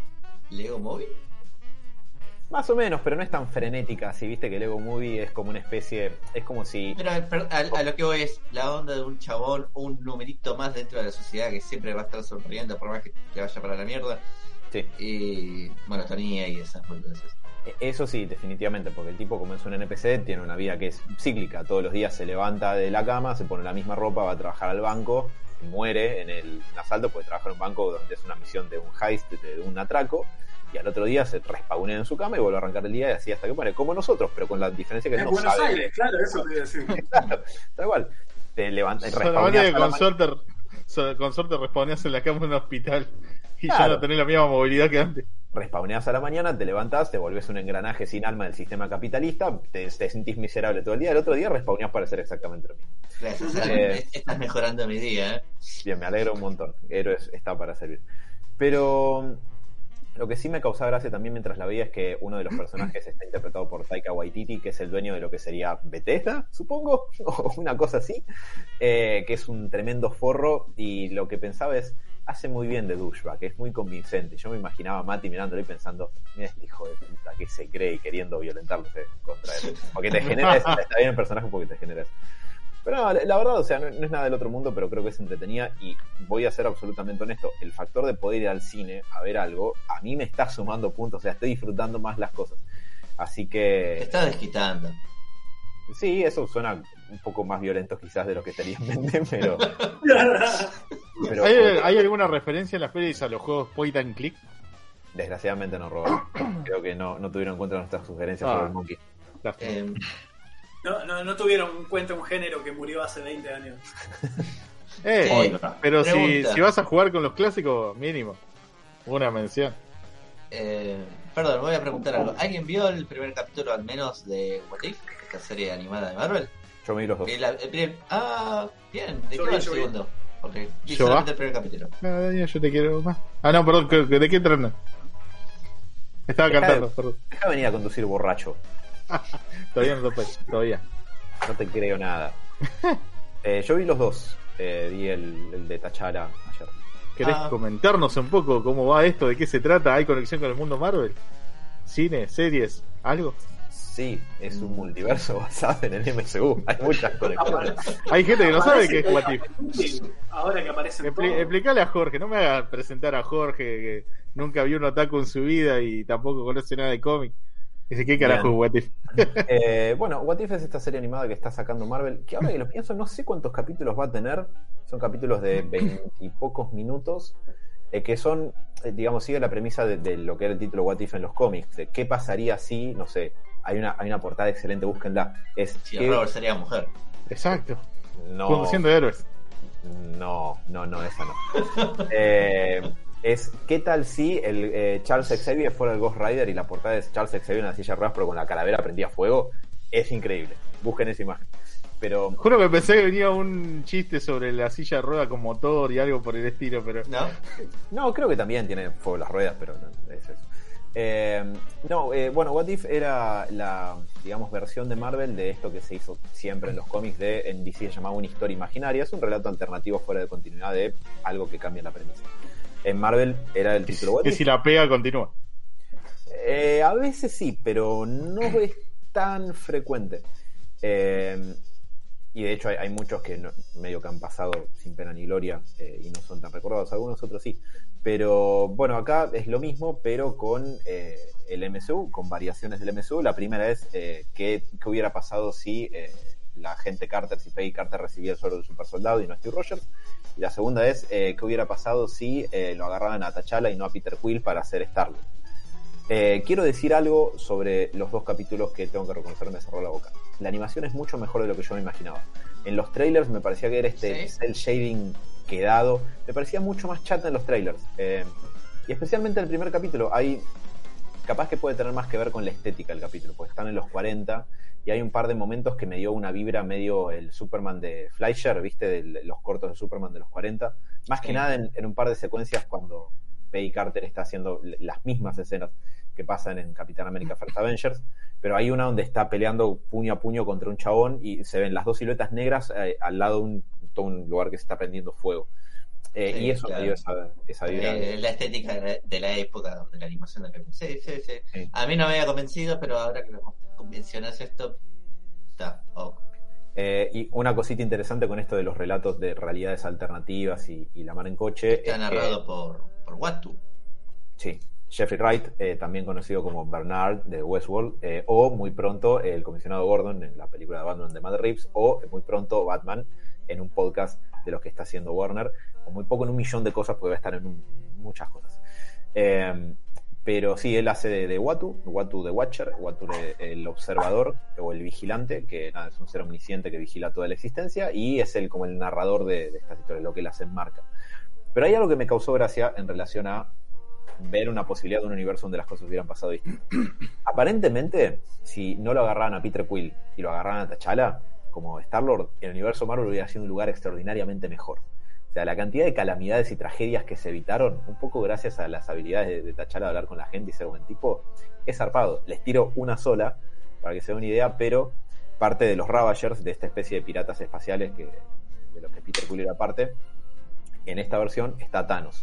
Lego Movie. Más o menos, pero no es tan frenética. Si viste que Lego Movie es como una especie. Es como si. Pero a lo que voy es la onda de un chabón, un numerito más dentro de la sociedad que siempre va a estar sonriendo por más que te vaya para la mierda. Sí. Y monotonía y esas boludeces. Eso sí, definitivamente, porque el tipo, como es un NPC, tiene una vida que es cíclica. Todos los días se levanta de la cama, se pone la misma ropa, va a trabajar al banco, y muere en el asalto porque trabaja en un banco donde es una misión de un heist, de un atraco, y al otro día se respawnea en su cama y vuelve a arrancar el día y así hasta que muere, como nosotros, pero con la diferencia que él no Buenos sabe. Aires, claro, eso te iba a decir. Claro, tal cual. Te levantas, Solamente con suerte respawneas en la cama de un hospital y ya Claro. no tenés la misma movilidad que antes. respawneás a la mañana, te levantás, te volvés un engranaje sin alma del sistema capitalista, te sentís miserable todo el día, el otro día respawneás para hacer exactamente lo mismo. Gracias, estás mejorando mi día, ¿eh? Bien, me alegro un montón. Héroes está para servir. Pero lo que sí me causaba gracia también mientras la veía es que uno de los personajes está interpretado por Taika Waititi, que es el dueño de lo que sería Bethesda, supongo, o una cosa así, que es un tremendo forro, y lo que pensaba es, hace muy bien de douchebag, es muy convincente. Yo me imaginaba a Mati mirándolo y pensando, mira este hijo de puta que se cree y queriendo violentarse contra él. Porque te genera eso, está bien el personaje porque te genera eso. Pero no, la verdad, o sea, no es nada del otro mundo, pero creo que es entretenida y voy a ser absolutamente honesto, el factor de poder ir al cine a ver algo, a mí me está sumando puntos, o sea, estoy disfrutando más las cosas. Así Te que... estás desquitando. Sí, eso suena un poco más violento quizás de lo que estaría en mente, pero... pero ¿Hay alguna referencia en las pelis a los juegos point and click? desgraciadamente no robaron. Creo que no tuvieron en cuenta nuestras sugerencias sobre el Monkey. Lástima. No tuvieron en cuenta un género que murió hace 20 años. Pero pregunta. si vas a jugar con los clásicos, mínimo. Una mención. Perdón, voy a preguntar algo. ¿Alguien vio el primer capítulo al menos de What If? Esta serie animada de Marvel. Yo me vi los dos. Bien. ¿De Yo qué va vi, el yo vi. segundo? Porque vi ¿Yo solamente va? el primer capítulo. No, Daniel, yo te quiero más. Ah, no, perdón, ¿de qué trata? Estaba Dejá cantando, de- perdón. Deja venir a conducir borracho. Todavía no tope, todavía. No te creo nada. Yo vi los dos. Vi el de T'Challa ayer. ¿Querés comentarnos un poco cómo va esto? ¿De qué se trata? ¿Hay conexión con el mundo Marvel? ¿Cine? ¿Series? ¿Algo? Sí, es un multiverso basado en el MCU. Hay muchas conexiones. Hay gente que no sabe qué es What If. Ahora que aparecen todos. Explícale a Jorge, no me hagas presentar a Jorge que nunca vio un otaku en su vida y tampoco conoce nada de cómic. Dice, ¿qué carajo es What If? Bueno, What If es esta serie animada que está sacando Marvel, que ahora que lo pienso, no sé cuántos capítulos va a tener. Son capítulos de 20 y pocos minutos, que son, digamos, sigue la premisa de lo que era el título What If en los cómics, de qué pasaría si, no sé, hay una portada excelente, búsquenla. Es Si que- Robert sería mujer. Exacto. no, Conduciendo héroes. no, esa no. Es ¿qué tal si el Charles Xavier fuera el Ghost Rider y la portada es Charles Xavier en la silla de ruedas pero con la calavera prendía fuego? Es increíble. Busquen esa imagen. Pero Juro que pensé que venía un chiste sobre la silla de rueda con motor y algo por el estilo, pero ¿No? no, creo que también tiene fuego las ruedas, pero no, es eso. Bueno, What If era la, digamos, versión de Marvel de esto que se hizo siempre en los cómics en DC se llamaba una historia imaginaria. Es un relato alternativo fuera de continuidad de algo que cambia la premisa. En Marvel era el título What que If. si la pega continúa. A veces sí, pero no es tan frecuente. Y de hecho hay muchos que medio que han pasado sin pena ni gloria y no son tan recordados. Algunos otros sí. Pero bueno, acá es lo mismo, pero con el MCU, con variaciones del MCU. La primera es qué hubiera pasado si la agente Carter, si Peggy Carter recibía el suelo del super soldado y no Steve Rogers. Y la segunda es qué hubiera pasado si lo agarraban a T'Challa y no a Peter Quill para hacer Star-Lord. Quiero decir algo sobre los dos capítulos que tengo que reconocer me cerró la boca. La animación es mucho mejor de lo que yo me imaginaba. En los trailers me parecía que era este ¿Sí? cel shading quedado. Me parecía mucho más chata en los trailers. Y especialmente en el primer capítulo. Capaz que puede tener más que ver con la estética del capítulo, porque están en los 40 y hay un par de momentos que me dio una vibra medio el Superman de Fleischer, ¿viste? De los cortos de Superman de los 40. Más que Sí. nada en un par de secuencias cuando Peggy Carter está haciendo las mismas escenas que pasan en Capitán América First Avengers, pero hay una donde está peleando puño a puño contra un chabón y se ven las dos siluetas negras al lado de todo un lugar que se está prendiendo fuego. y eso claro. me dio esa vibra. La estética de la época de la animación de la época. Sí. Sí. A mí no me había convencido, pero ahora que lo mencionas esto, está. Y una cosita interesante con esto de los relatos de realidades alternativas y la mar en coche. Está narrado por Watu. Sí, Jeffrey Wright, también conocido como Bernard de Westworld, o muy pronto el comisionado Gordon en la película de Batman de Matt Reeves, o muy pronto Batman en un podcast de los que está haciendo Warner, o muy poco en un millón de cosas, porque va a estar en muchas cosas. Pero sí, él hace de Watu de Watcher, Watu el observador o el vigilante, que nada, es un ser omnisciente que vigila toda la existencia, y es como el narrador de estas historias, lo que las enmarca. Pero hay algo que me causó gracia en relación a ver una posibilidad de un universo donde las cosas hubieran pasado distintas. Aparentemente, si no lo agarraran a Peter Quill y lo agarraran a T'Challa como Star-Lord, el universo Marvel hubiera sido un lugar extraordinariamente mejor. O sea, la cantidad de calamidades y tragedias que se evitaron, un poco gracias a las habilidades de T'Challa de hablar con la gente y ser buen tipo, es zarpado. Les tiro una sola, para que se den una idea, pero parte de los Ravagers, de esta especie de piratas espaciales de los que Peter Quill era parte, en esta versión está Thanos.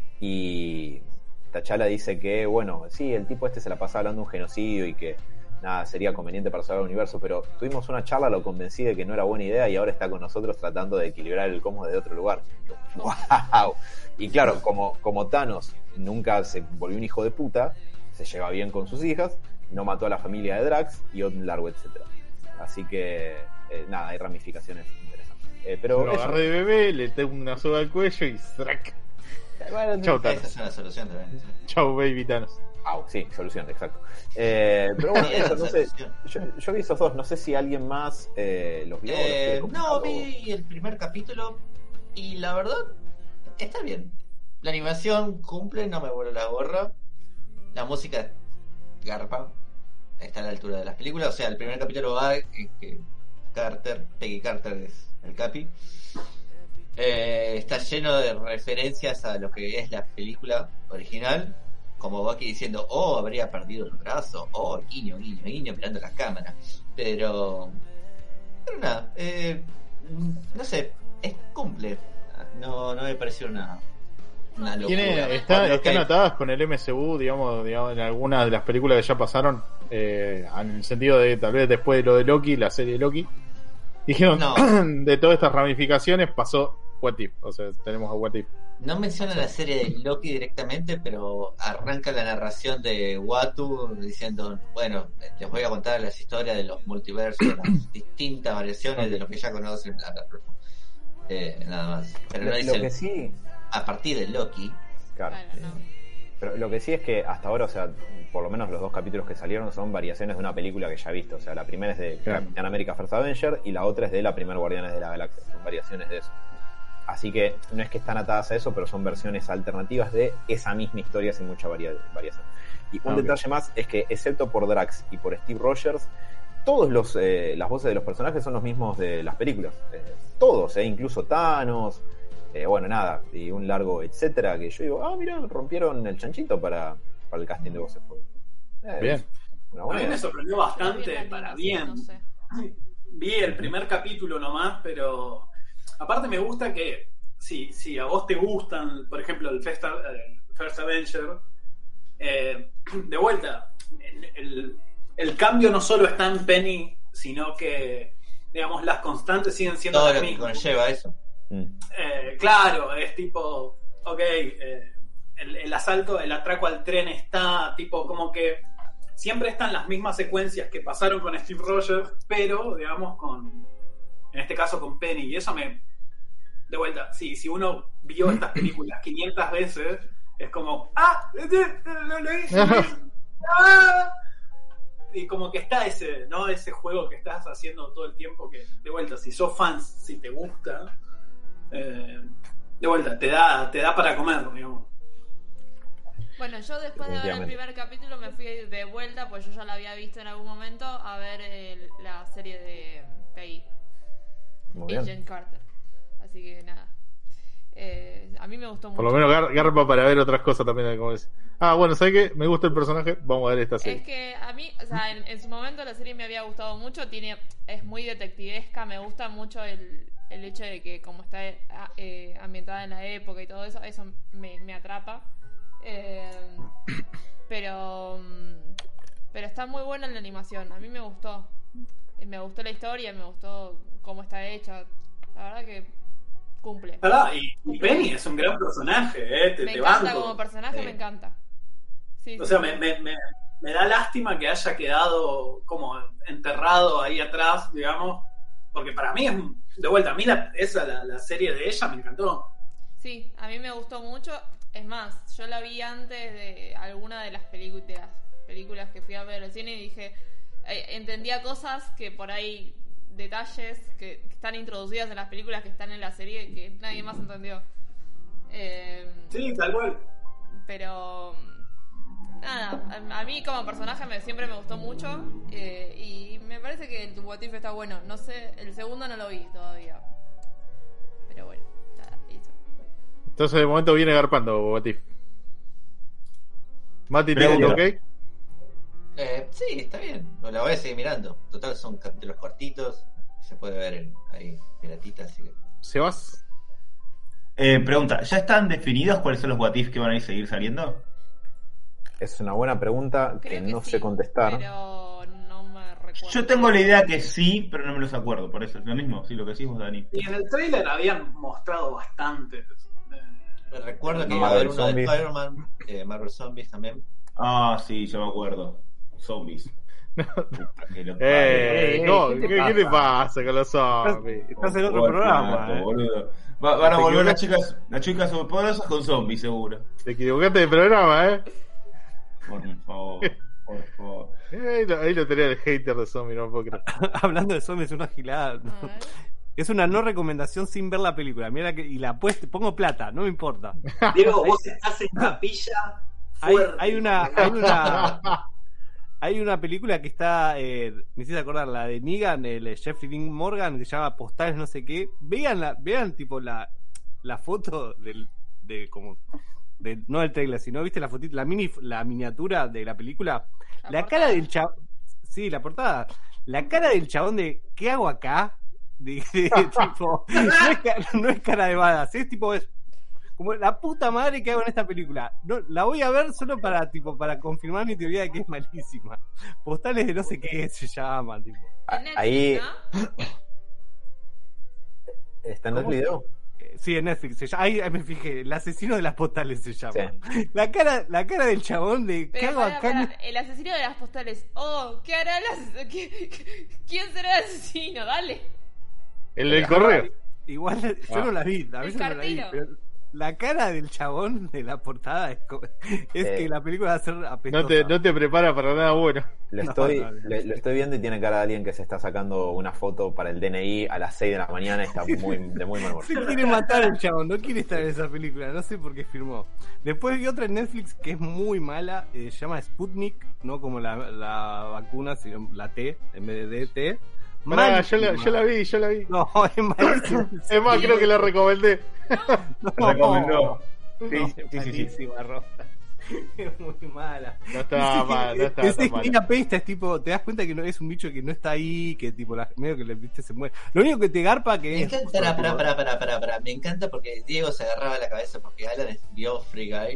Y T'Challa dice que, bueno, sí, el tipo se la pasaba hablando de un genocidio y que nada, sería conveniente para salvar el universo, pero tuvimos una charla, lo convencí de que no era buena idea y ahora está con nosotros tratando de equilibrar el cosmos de otro lugar. ¡Wow! Y claro, como Thanos nunca se volvió un hijo de puta, se lleva bien con sus hijas, no mató a la familia de Drax y un largo etcétera. Así que, nada, hay ramificaciones interesantes. Pero lo agarré de bebé, le tengo una soga al cuello y ¡strac! Bueno, Chau, Esa Thanos. es una solución también. Sí. Chau, baby Thanos. Sí, solución, exacto. Pero bueno, eso, no sé, yo vi esos dos, no sé si alguien más los vio. No, vi el primer capítulo y la verdad está bien. La animación cumple, no me vuelve la gorra. La música garpa, está a la altura de las películas. O sea, el primer capítulo va en que Peggy Carter es el Capi. Está lleno de referencias a lo que es la película original, como Bucky diciendo, habría perdido el brazo, guiño, mirando la cámara, pero nada, no sé, cumple, no me pareció una locura. Están atadas con el MCU, digamos, en algunas de las películas que ya pasaron, en el sentido de tal vez después de lo de Loki, la serie de Loki, dijeron, No. de todas estas ramificaciones pasó What If, o sea, tenemos a What If. No menciona la serie de Loki directamente, pero arranca la narración de Watu diciendo, bueno, les voy a contar las historias de los multiversos, las distintas variaciones de lo que ya conocen, bla, bla, bla. Nada más. Pero no dice lo que sí, a partir de Loki. claro. Bueno, no. Pero lo que sí es que hasta ahora, o sea, por lo menos los 2 capítulos que salieron son variaciones de una película que ya he visto. O sea, la primera es de Capitán América First Avenger y la otra es de la primera Guardianes de la Galaxia. Son variaciones de eso. Así que no es que están atadas a eso, pero son versiones alternativas de esa misma historia sin mucha variación. Y un detalle más es que, excepto por Drax y por Steve Rogers, todos las voces de los personajes son los mismos de las películas. Todos, incluso Thanos. Bueno, nada, y un largo etcétera, que yo digo, mirá, rompieron el chanchito para el casting de voces. Bien. Una A buena mí me idea. sorprendió Bien bastante la para animación, bien. no sé. Vi el primer capítulo nomás, pero aparte me gusta que si a vos te gustan, por ejemplo, el First Avenger, de vuelta, el cambio no solo está en Penny, sino que, digamos, las constantes siguen siendo Todo las lo que mismas. conlleva eso. Claro, es tipo, el asalto, el atraco al tren está tipo como que siempre están las mismas secuencias que pasaron con Steve Rogers, pero digamos en este caso con Penny, y eso de vuelta, sí, si uno vio estas películas 500 veces, es como, lo hice, y como que está ese juego que estás haciendo todo el tiempo, que de vuelta, si sos fans, si te gusta, de vuelta, te da para comer, digamos. Bueno, yo después de ver el primer capítulo me fui de vuelta, pues yo ya la había visto en algún momento, a ver la serie de Peggy, Agent Carter. Así que nada, a mí me gustó mucho. Por lo menos garpa para ver otras cosas también, como decir. Bueno, ¿sabes qué? Me gusta el personaje, vamos a ver esta serie. Es que a mí, o sea, en su momento la serie me había gustado mucho, es muy detectivesca, me gusta mucho el el hecho de que como está ambientada en la época y todo eso, eso me atrapa. Pero está muy buena la animación, a mí me gustó. Me gustó la historia, me gustó cómo está hecha. La verdad que cumple. ¿Verdad? Y Penny es un gran personaje, Me te encanta banco. como personaje, me encanta. Sí, O sí, sea, sí. me da lástima que haya quedado como enterrado ahí atrás, digamos, porque para mí es, de vuelta, a mí la serie de ella me encantó. Sí, a mí me gustó mucho. Es más, yo la vi antes de alguna de las películas que fui a ver al cine y dije, entendía cosas que por ahí, detalles que están introducidas en las películas que están en la serie que nadie más entendió. Sí, tal cual. Pero nada, a mí como personaje siempre me gustó mucho, y me parece que el What If está bueno. No sé, el segundo no lo vi todavía, pero bueno, nada, listo. Entonces de momento viene garpando What If. Mati, ¿te Pregunta. ok? Sí, está bien. La voy a seguir mirando. Total, son capítulos cortitos. Se puede ver ahí, piratita, así que. ¿Sebas? Pregunta, ¿ya están definidos cuáles son los what if que van a seguir saliendo? Es una buena pregunta que Creo que no sí, sé contestar. Pero no me recuerdo. Yo tengo la idea que sí, pero no me los acuerdo, por eso es lo mismo, sí, lo que decimos, Dani. Y en el trailer habían mostrado bastante. Me recuerdo que No, iba a haber Marvel uno Zombies. de Spider-Man, Marvel Zombies también. Ah, sí, yo me acuerdo. Zombies. Puta que lo No, ¿qué te ¿qué te pasa? pasa con los zombies? Estás en otro Joder, programa, plato, boludo. Van a Te volver equivocas. las chicas superpoderosas con zombies, seguro. Te equivocaste de programa, Por favor, por favor. Ahí lo tenía el hater de zombie, no me puedo creer. Hablando de zombies, es una gilada. A ver. Es una no recomendación sin ver la película. Mira que, y la pongo plata, no me importa. Diego, vos estás en capilla Hay, fuerte. hay una película que está, me hiciste acordar, la de Negan, el Jeffrey Dean Morgan, que se llama Postales no sé qué. Vean tipo la foto no del trailer, sino viste la fotito, la miniatura de la película. La portada. cara del chabón, sí, la portada. La cara del chabón de ¿qué hago acá? Tipo, no es cara de badas, es tipo, es como la puta madre que hago en esta película. No, la voy a ver solo para confirmar mi teoría de que es malísima. Postales de no sé qué se llaman, tipo. En Netflix, Ahí ¿no? está en el ¿Cómo? video. Sí, en Netflix se llama. Ahí me fijé, el asesino de las postales se llama. Sí. La cara del chabón de ¿qué Pero hago acá? el asesino de las postales. Oh, ¿qué hará ¿Quién será el asesino? Dale. El del correo. Igual yo no la vi, a veces no la vi, cartero. pero la cara del chabón de la portada es que la película va a ser apestosa. No te prepara para nada bueno. Lo No, estoy, no. lo estoy viendo y tiene cara de alguien que se está sacando una foto para el DNI a las 6 de la mañana y está de muy mal humor. Se quiere matar el chabón, no quiere estar en esa película, no sé por qué firmó. Después vi otra en Netflix que es muy mala, se llama Sputnik, no como la vacuna, sino la T, en vez de DT. Pará, yo Malísima. la vi. No, es malísima. Es más, creo que la recomendé. No, Recomendó. no, Sí. malísima, Rosa. Es muy mala. No estaba mal, no estaba Es tan que mal. una pesta, es tipo, te das cuenta que no es un bicho que no está ahí, que tipo, medio que le viste se muere. Lo único que te garpa que Me es. encanta, para. Me encanta porque Diego se agarraba la cabeza porque Alan vio Free Guy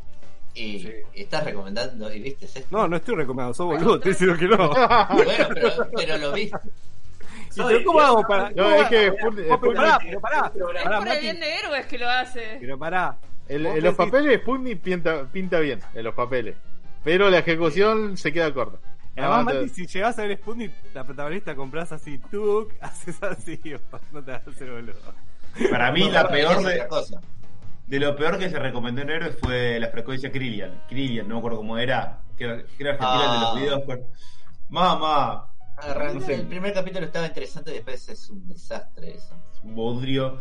y Sí. estás recomendando y viste esto. No estoy recomendando, sos boludo, te diciendo que no. Bueno, pero lo viste. Pero ¿cómo hago para.? No, cómo es que hago? Sputnik- Pero pará, Es pará, por el Mati. bien de héroes que lo hace. Pero pará. En Vos los decís- papeles, Sputnik pinta bien, en los papeles. Pero la ejecución se queda corta. Además, No, Mati, si llegas a ver Sputnik, la protagonista compras así, tuk, haces así, no te vas a hacer boludo. Para mí, No, la no, peor es otra cosa. de lo peor que se recomendó en Héroes fue la frecuencia Krillian, no me acuerdo cómo era, que era argentina de los videos. Mamá, Arrancó, No sé. el primer capítulo estaba interesante y después es un desastre eso. un bodrio.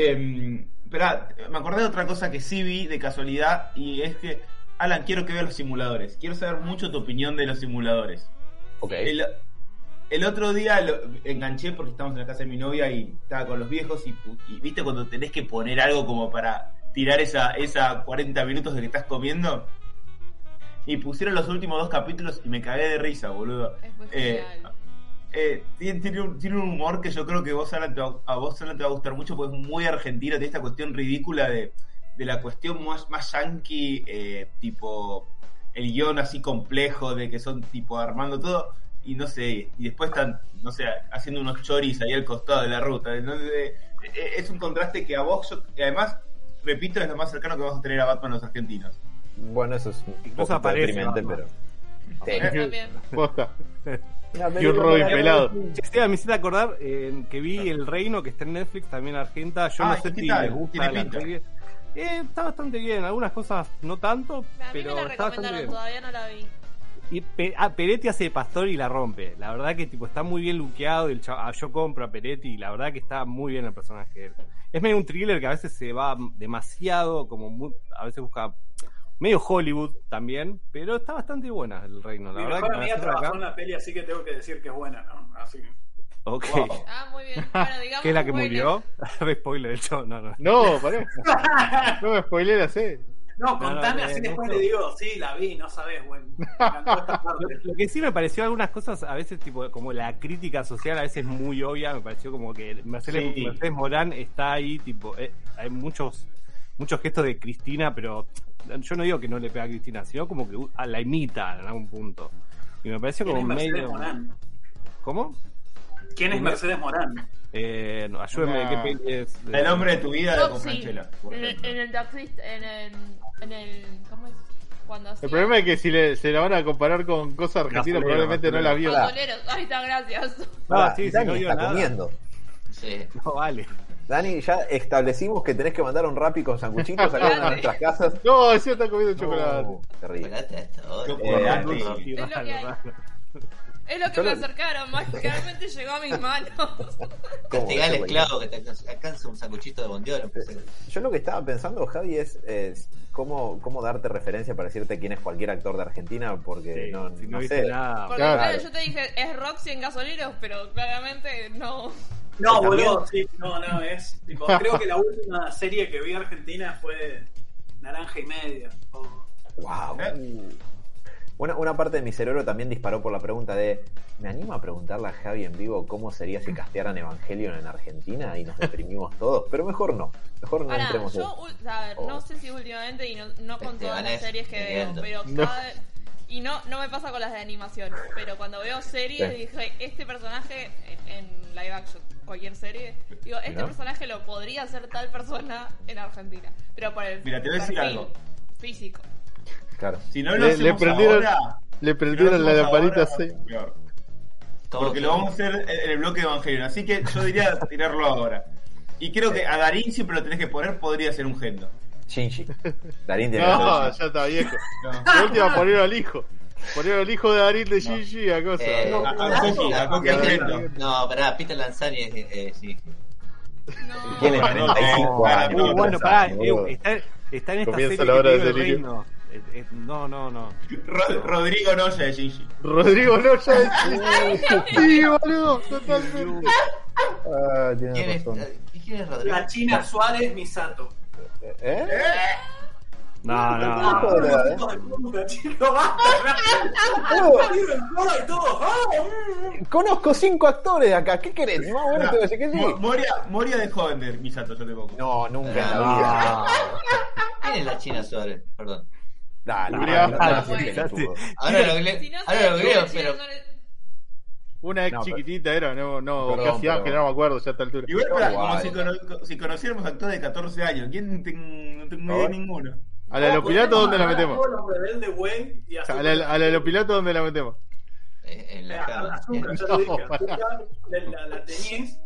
Esperá, me acordé de otra cosa que sí vi de casualidad, y es que, Alan, quiero que veas los simuladores. Quiero saber mucho tu opinión de los simuladores. Ok. El otro día lo enganché porque estábamos en la casa de mi novia y estaba con los viejos y viste cuando tenés que poner algo como para tirar esa 40 minutos de que estás comiendo. Y pusieron los últimos 2 capítulos y me cagué de risa, boludo. Es muy Eh, genial. tiene un humor que yo creo que a vos Alan, te va a gustar mucho, porque es muy argentino, tiene esta cuestión ridícula de la cuestión más yankee, tipo el guión así complejo, de que son tipo armando todo, y no sé, y después están, no sé, haciendo unos choris ahí al costado de la ruta. Entonces, es un contraste que a vos, y además, repito, es lo más cercano que vamos a tener a Batman los argentinos. Bueno, eso es un Incluso poco aparece deprimente, Batman. pero... Sí, también. Posta. Una Y un Robin pelado. Esteban, me hiciste acordar que vi El Reino, que está en Netflix, también argenta. Yo no sé ¿qué si tal? les gusta ¿Tiene la pinta? serie. Está bastante bien, algunas cosas no tanto, A mí pero me la está bastante recomendaron, bien. todavía no la vi. Y Peretti hace de pastor y la rompe. La verdad que tipo está muy bien luqueado. Yo compro a Peretti y la verdad que está muy bien el personaje de él. Es medio un thriller que a veces se va demasiado, a veces busca medio Hollywood también, pero está bastante buena El Reino. La Mi verdad mejor que amiga para hacerla trabajó en la peli, así que tengo que decir que es buena, ¿no? Así que... Ok. Wow. Ah, muy bien. Bueno, digamos. ¿Qué es la que spoiler. murió? Re spoiler, de hecho, no. No, pará. No me spoileé la serie. No, contame no, así no, después no. le digo, sí, la vi, no sabés, bueno. Me encantó esta parte. Lo que sí me pareció algunas cosas, a veces tipo como la crítica social, a veces muy obvia, me pareció como que Mercedes Morán está ahí, tipo, hay muchos gestos de Cristina, pero yo no digo que no le pega a Cristina, sino como que la imita en algún punto. Y me pareció ¿Quién como es Mercedes medio... Morán? ¿Cómo? ¿Quién es Mercedes Morán? No, ayúdenme, Una- ¿qué peli es? El hombre de tu vida de No, con sí. Franchella, por ejemplo. En el taxista, en el ¿cómo es? Cuando hacía El problema es que si se la van a comparar con cosas argentinas, Gasolero, probablemente no la vio. Bandoleros. Ahí está, gracias. No, sí, Dani no digo está nada. comiendo. Sí. No, vale. Dani, ya establecimos que tenés que mandar un Rappi con sanguchitos a cada una de nuestras casas. No, ese está comiendo chocolate. No, terrible. Chocolate esto. Chocolate. Sí, Es lo raro, que hay. raro. Es lo que Yo me lo- acercaron, mágicamente llegó a mis manos. ¿Cómo? Castigar al Eso, esclavo que te alcanza un sanguchito de bondiola. Yo lo que estaba pensando, Javi, es cómo darte referencia para decirte quién es cualquier actor de Argentina, porque Sí, no, si no no viste sé. nada. Porque Claro. claro, yo te dije, es Roxy en Gasoleros, pero claramente no. No, ¿También? boludo, sí, no, es. Tipo, creo que la última serie que vi argentina fue Naranja y Media. Wow. Una parte de mi cerebro también disparó por la pregunta de ¿me animo a preguntarle a Javi en vivo cómo sería si castearan Evangelion en Argentina y nos deprimimos todos? Pero mejor no Ahora, entremos en yo, a ver, no sé si últimamente y no con todas las series que veo, pero cada vez... Y no me pasa con las de animación, pero cuando veo series Sí. dije, este personaje en live action, cualquier serie, digo, este Mirá. personaje lo podría hacer tal persona en Argentina, pero por el Mira, te voy a decir perfil algo. físico. Claro. Si no lo Le hacemos prendieron- ahora, Le prendieron la lamparita ahora, así. peor. Todo Porque lo vamos a hacer en el bloque de Evangelion. Así que yo diría tirarlo ahora. Y creo que a Darín siempre lo tenés que poner, podría ser un gendo. Shinji. Darín tiene No, que ya está viejo. No. La última poner al hijo. Poner al hijo de Darín de Gigi a cosa. A Coqui es gendo. No, pará, Peter Lanzani es sí. No. Tiene No, 35 no, años. no, Bueno, pará, boludo. está en esta Comienza serie la que hora te del digo, El delirio. Reino. No. Rodrigo Noya de Shinji. Rodrigo no ya es. Sí, boludo, totalmente. Ah, tiene ¿Quién es, razón. ¿quién es Rodrigo? La China Suárez Misato. ¿Eh? No. Hijo de la- Hijo de puta, chico, basta. Oh, Salido en joda y todo. conozco 5 actores de acá. ¿Qué querés? Más bueno te voy a decir que sí. Moria de joven de Misato, yo te pongo. No, nunca en la vida. ¿Quién es la China Suárez? Perdón. Dale, Julián. Ahora lo Si no ahora lo sé, creo, si pero no le- Una ex No, pero- chiquitita era, no, Perdón, casi pero- Ángel, no me acuerdo ya a esta altura. Igual para, Igual. como si conociéramos actores de 14 años. ¿Quién no tengo idea de ninguno? A la de los Pilatos, ¿dónde la metemos? Los Rebelde Way y A la de los Pilatos, ¿dónde la metemos? en la cama. Azúcar, ya lo dije. No, pará. Azúcar, la teñís.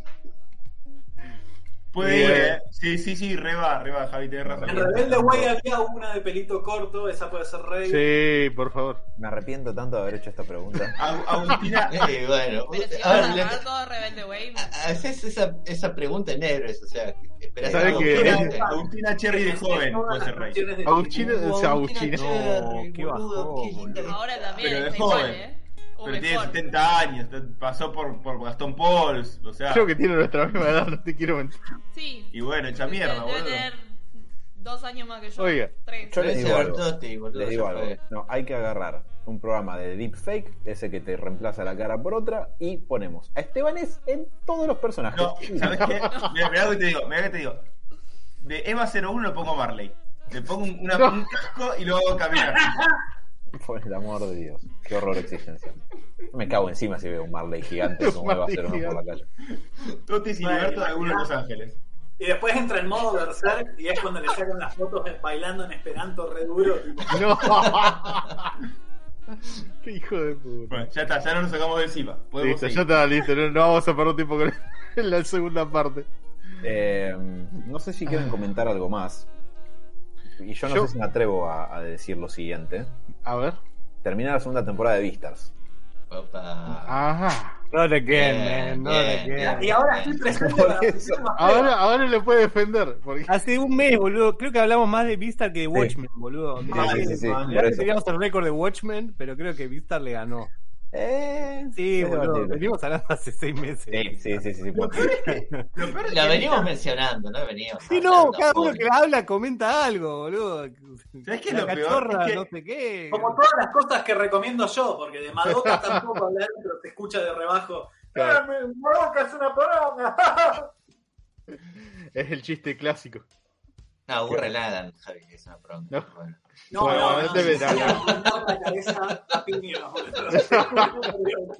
Puede Bien. ir, sí, reba, Javi, tenés razón. En Rebelde Way había una de pelito corto, esa puede ser Rey. Sí, por favor. Me arrepiento tanto de haber hecho esta pregunta. Agustina, Bueno, Pero si a vas ver, a agarrar todo Rebelde Way, a veces esa pregunta en héroes, o sea, esperás ¿Sabes algo qué? diferente. Agustina Cherry de joven puede ser rey. Agustina, Agustina Agustina. Cherry, qué boludo, bajón, qué linda. boludo. ahora también Pero de está igual, joven. O Pero tiene mejor. 70 años, pasó por Gastón Pauls, o sea. Creo que tiene nuestra misma edad, no te quiero mentir. Sí. Y bueno, hecha mierda, Debe boludo. tener 2 años más que yo. Oiga. 3. Yo les digo algo. Boludo, Les digo ya algo. fue. No, hay que agarrar un programa de deepfake, ese que te reemplaza la cara por otra, y ponemos a Estebanés en todos los personajes. No, ¿sabes qué? Mirá lo que te digo. De Eva 01 lo pongo a Marley. Le pongo un casco y lo hago caminar. Por el amor de Dios, qué horror existencial. Me cago encima si veo un Marley gigante como Eva 01 por la calle. Totis y Liberto de alguno de Los Ángeles. Y después entra en modo Berserk y es cuando le sacan las fotos bailando en esperanto re duro. Tipo, No. Qué hijo de puta. Bueno, ya está, ya no nos sacamos de encima. Podemos Listo, seguir. ya está, listo. No vamos a perder tiempo con la segunda parte. No sé si quieren comentar algo más. Y yo no sé si me atrevo a decir lo siguiente. A ver. Termina la segunda temporada de Beastars. Opa. Ajá. Not again, Bien, man. Not bien, again. y ahora estoy presente Por para eso. Ahora le puede defender. Porque... Hace un mes, boludo. Creo que hablamos más de Vistar que de Watchmen, boludo. Sí, Mirá, sí, mirá por que eso. teníamos el récord de Watchmen, pero creo que Vistar le ganó. Sí, es boludo. debatible. Venimos hablando hace 6 meses. Sí. Lo peor es La que venimos mencionando, ¿no? Venimos. Sí, no, hablando, cada uno obvio. que habla comenta algo, boludo. ¿Sabés qué es La lo peor? cachorra, Es que- no sé qué. Como todas las cosas que recomiendo yo, porque de Madoka tampoco hablar, pero se escucha de rebajo. Claro. Madoka es una poronga. Es el chiste clásico. No, aburre nada, Javi, es una bronca. No. Bueno. No, Bueno, no, te verá. sí, apuntar la cabeza a piña, boludo.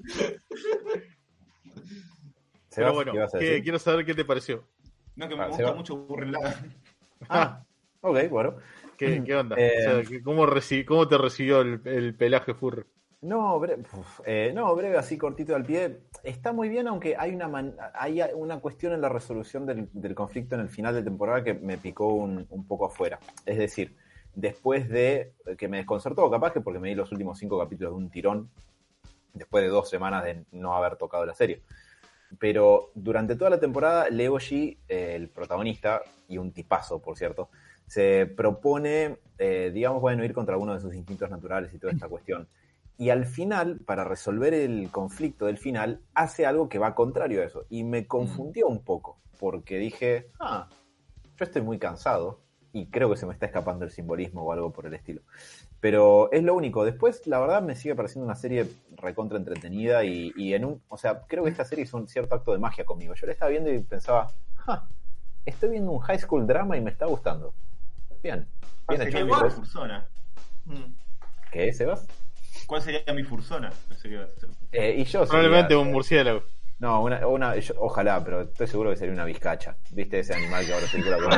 Pero Sebas, bueno, ¿qué vas a decir? quiero saber qué te pareció. No, que me Ah, gusta Seba. mucho Burrelada. Ok, bueno. ¿Qué onda? Eh, O sea, ¿cómo te recibió el pelaje furro? No, breve, así cortito al pie. Está muy bien, aunque hay una cuestión en la resolución del conflicto en el final de temporada que me picó un poco afuera. Es decir, después de que me desconcertó, capaz que porque me di los últimos 5 capítulos de un tirón, después de 2 semanas de no haber tocado la serie. Pero durante toda la temporada, Legoshi, el protagonista, y un tipazo, por cierto, se propone, digamos, bueno, ir contra alguno de sus instintos naturales y toda esta cuestión. Y al final, para resolver el conflicto del final, hace algo que va contrario a eso. Y me confundió un poco, porque dije, yo estoy muy cansado y creo que se me está escapando el simbolismo o algo por el estilo. Pero es lo único. Después, la verdad, me sigue pareciendo una serie recontra entretenida y o sea, creo que esta serie es un cierto acto de magia conmigo. Yo la estaba viendo y pensaba, estoy viendo un high school drama y me está gustando. Bien hecho. Sería mi amigos. fursona. ¿Qué es, Sebas? ¿Cuál sería mi fursona? No sé qué va a hacer. Y yo Probablemente sería- un murciélago. No, ojalá, pero estoy seguro que sería una vizcacha. ¿Viste ese animal que ahora película con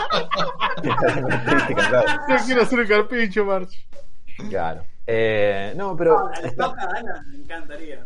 Yo quiero hacer un carpincho, March. Claro. No, pero. No, la alpaca Alan me encantaría.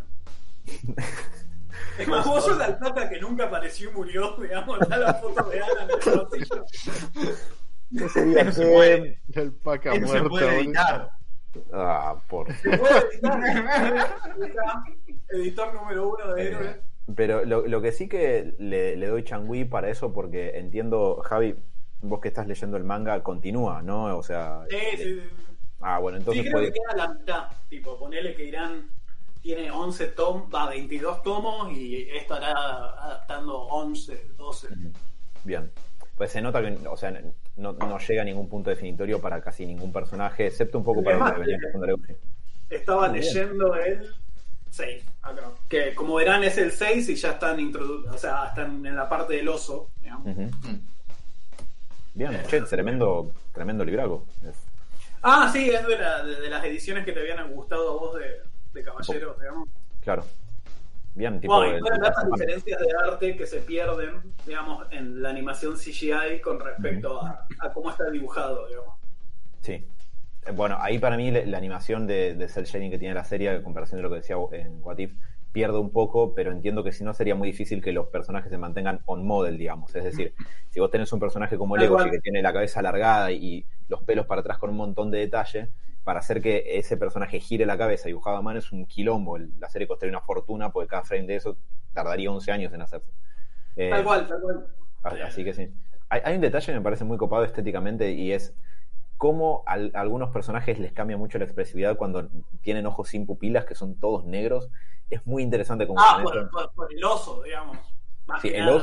Es como vos sos la alpaca que nunca apareció y murió, digamos, da la foto de Alan en el pasillo. ¿Qué sería? Eso se puede. La alpaca Eso se muerta. puede boludo. editar. Por. Se puede editar. Editor número 1 de Héroes. Pero lo que sí que le doy changüí para eso, porque entiendo, Javi, vos que estás leyendo el manga, continúa, ¿no? O sea. Sí. Bueno, Sí, entonces creo puede. que queda la mitad. Tipo, ponele que Irán tiene 22 tomos y estará adaptando 11, 12. Bien. Pues se nota que, o sea, no llega a ningún punto definitorio para casi ningún personaje, excepto un poco para lo que venía pasando Legoshi. Estaba Muy bien. leyendo el 6 acá. Que como verán es el 6 y ya están o sea, están en la parte del oso, digamos. Ujú. Bien, tremendo libraco. Sí, es de las ediciones que te habían gustado a vos de Caballeros, digamos. Claro. Bien, tipo. Bueno, y pueden ver las diferencias de arte que se pierden, digamos, en la animación CGI con respecto a cómo está dibujado, digamos. Sí. Bueno, ahí para mí la animación de cel shading que tiene la serie, en comparación de lo que decía en What If, pierde un poco, pero entiendo que si no sería muy difícil que los personajes se mantengan on model, digamos. Es decir, si vos tenés un personaje como Legoshi que tiene la cabeza alargada y los pelos para atrás con un montón de detalle, para hacer que ese personaje gire la cabeza dibujado a mano es un quilombo. La serie costaría una fortuna porque cada frame de eso tardaría 11 años en hacerse. Tal cual. Así que sí. Hay un detalle que me parece muy copado estéticamente y es cómo a algunos personajes les cambia mucho la expresividad cuando tienen ojos sin pupilas, que son todos negros. Es muy interesante cómo Por el oso, digamos. Más Sí, que el nada.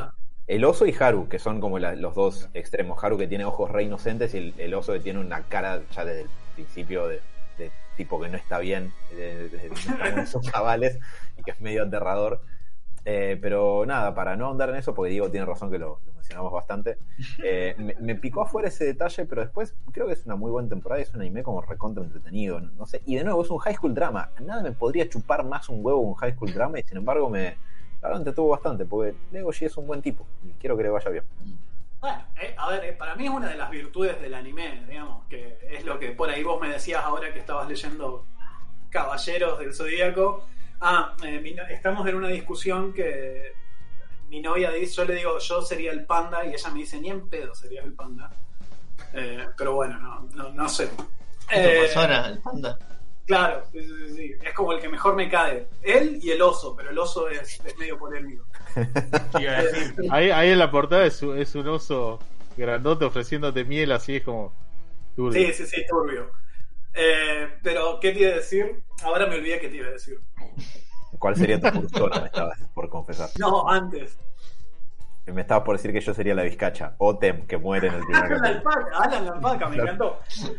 El oso y Haru, que son como los dos extremos. Haru que tiene ojos re inocentes y el oso que tiene una cara ya desde el principio de tipo que no está bien, de esos cabales y que es medio aterrador. Pero nada, para no ahondar en eso, porque Diego tiene razón que lo mencionamos bastante, me picó afuera ese detalle, pero después creo que es una muy buena temporada y es un anime como recontra entretenido, no sé, y de nuevo es un high school drama, nada me podría chupar más un huevo un high school drama y sin embargo me entretuvo bastante, porque Legoshi es un buen tipo y quiero que le vaya bien. Bueno, a ver, para mí es una de las virtudes del anime, digamos, que es lo que por ahí vos me decías ahora que estabas leyendo Caballeros del Zodíaco. Estamos en una discusión que mi novia dice, yo le digo, yo sería el panda, y ella me dice, ni en pedo serías el panda. Pero bueno, no sé. persona, el panda. Claro, sí. Es como el que mejor me cae. Él y el oso, pero el oso es medio polémico. Ahí en la portada es un oso grandote ofreciéndote miel, así es como turbio. Sí, turbio. Pero, ¿qué te iba a decir? Ahora me olvidé qué te iba a decir. ¿Cuál sería tu persona? Me estabas por confesar. No, antes. Me estabas por decir que yo sería la vizcacha. O Tem, que muere en el primer capítulo. Alan la alpaca, me encantó.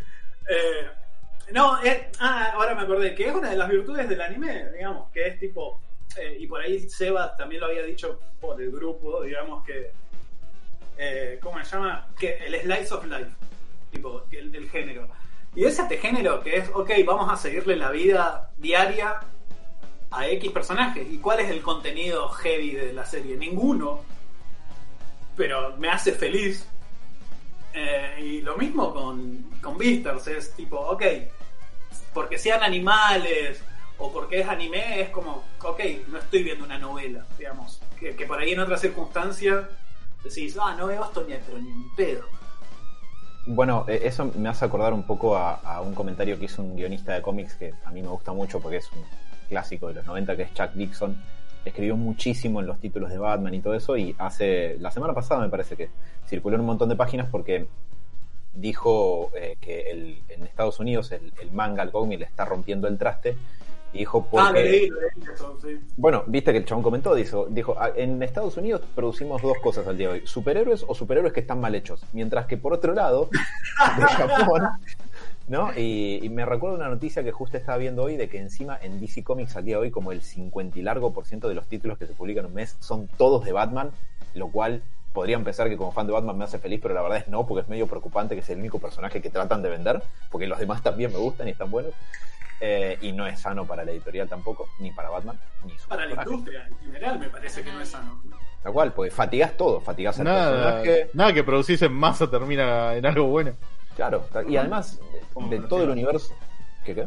Ahora me acordé que es una de las virtudes del anime, digamos, que es tipo, y por ahí Seba también lo había dicho por el grupo, digamos que, ¿cómo se llama? Que el slice of life, tipo, el género. Y ese género que es, ok, vamos a seguirle la vida diaria a X personajes. ¿Y cuál es el contenido heavy de la serie? Ninguno, pero me hace feliz. Y lo mismo con Beastars, es tipo, ok, porque sean animales o porque es anime, es como, ok, no estoy viendo una novela, digamos, que por ahí en otras circunstancias decís, no veo esto pero ni en pedo. Bueno, eso me hace acordar un poco a un comentario que hizo un guionista de cómics que a mí me gusta mucho porque es un clásico de los 90, que es Chuck Dixon. Escribió muchísimo en los títulos de Batman y todo eso, y la semana pasada me parece que circuló en un montón de páginas porque dijo que en Estados Unidos el manga, el cómic, le está rompiendo el traste. Y dijo porque... leí eso, sí. Bueno, viste que el chabón comentó, dijo, en Estados Unidos producimos dos cosas al día de hoy: superhéroes o superhéroes que están mal hechos. Mientras que por otro lado, de Japón, ¿no? Y me recuerdo una noticia que justo estaba viendo hoy de que encima en DC Comics al día de hoy como el 50 y largo % de los títulos que se publican en un mes son todos de Batman, lo cual podrían pensar que como fan de Batman me hace feliz, pero la verdad es no, porque es medio preocupante que es el único personaje que tratan de vender, porque los demás también me gustan y están buenos. Y no es sano para la editorial tampoco, ni para Batman, ni su para personaje. La industria en general me parece que no es sano. Tal cual, pues fatigas todo, fatigas el personaje. Nada que producís en masa termina en algo bueno. Claro, y además de todo el universo... ¿Qué?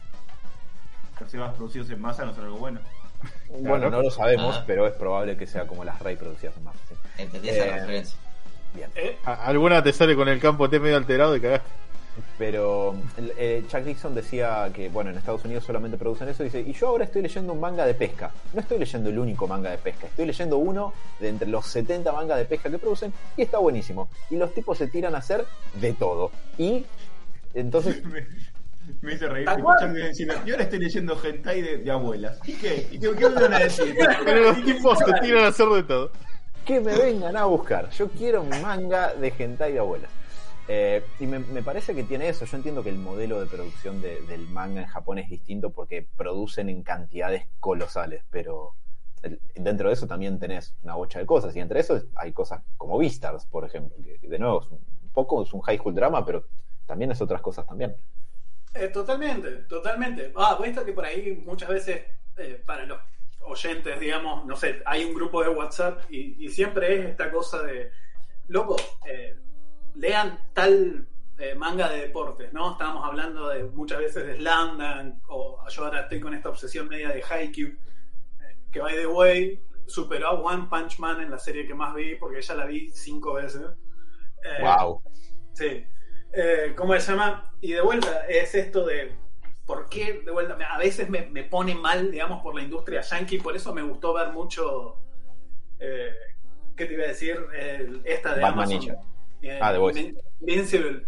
Percebas producidos en masa no son algo bueno. Bueno, no lo sabemos, pero es probable que sea como las Ray producidas en masa. Sí. Entendí esa referencia. Bien. Alguna te sale con el campo T medio alterado y cagaste. Pero Chuck Dixon decía que, bueno, en Estados Unidos solamente producen eso. Dice, y yo ahora estoy leyendo un manga de pesca. No estoy leyendo el único manga de pesca, estoy leyendo uno de entre los 70 mangas de pesca que producen, y está buenísimo. Y los tipos se tiran a hacer de todo. Y entonces... me hizo reír escuchando diciendo, yo ahora estoy leyendo hentai de abuelas. ¿Y qué? ¿Qué me van a decir? Pero los tipos se tiran a hacer de todo. Que me vengan a buscar. Yo quiero un manga de hentai de abuelas. Y me parece que tiene eso. Yo entiendo que el modelo de producción del manga en Japón es distinto porque producen en cantidades colosales, pero dentro de eso también tenés una bocha de cosas, y entre eso hay cosas como Beastars, por ejemplo, que de nuevo es un high school drama, pero también es otras cosas también. Totalmente. Esto que por ahí muchas veces para los oyentes, digamos, no sé, hay un grupo de WhatsApp y siempre es esta cosa de, loco, lean tal manga de deportes, ¿no? Estábamos hablando de muchas veces de Slam Dunk, o yo ahora estoy con esta obsesión media de Haikyuu, que by the way superó a One Punch Man en la serie que más vi, porque ya la vi 5 veces. Wow. Sí. ¿Cómo se llama? Y de vuelta es esto de por qué de vuelta a veces me pone mal, digamos, por la industria yankee. Por eso me gustó ver mucho ¿qué te iba a decir? Esta de Batman Amazon, Ninja. The Voice. Invincible.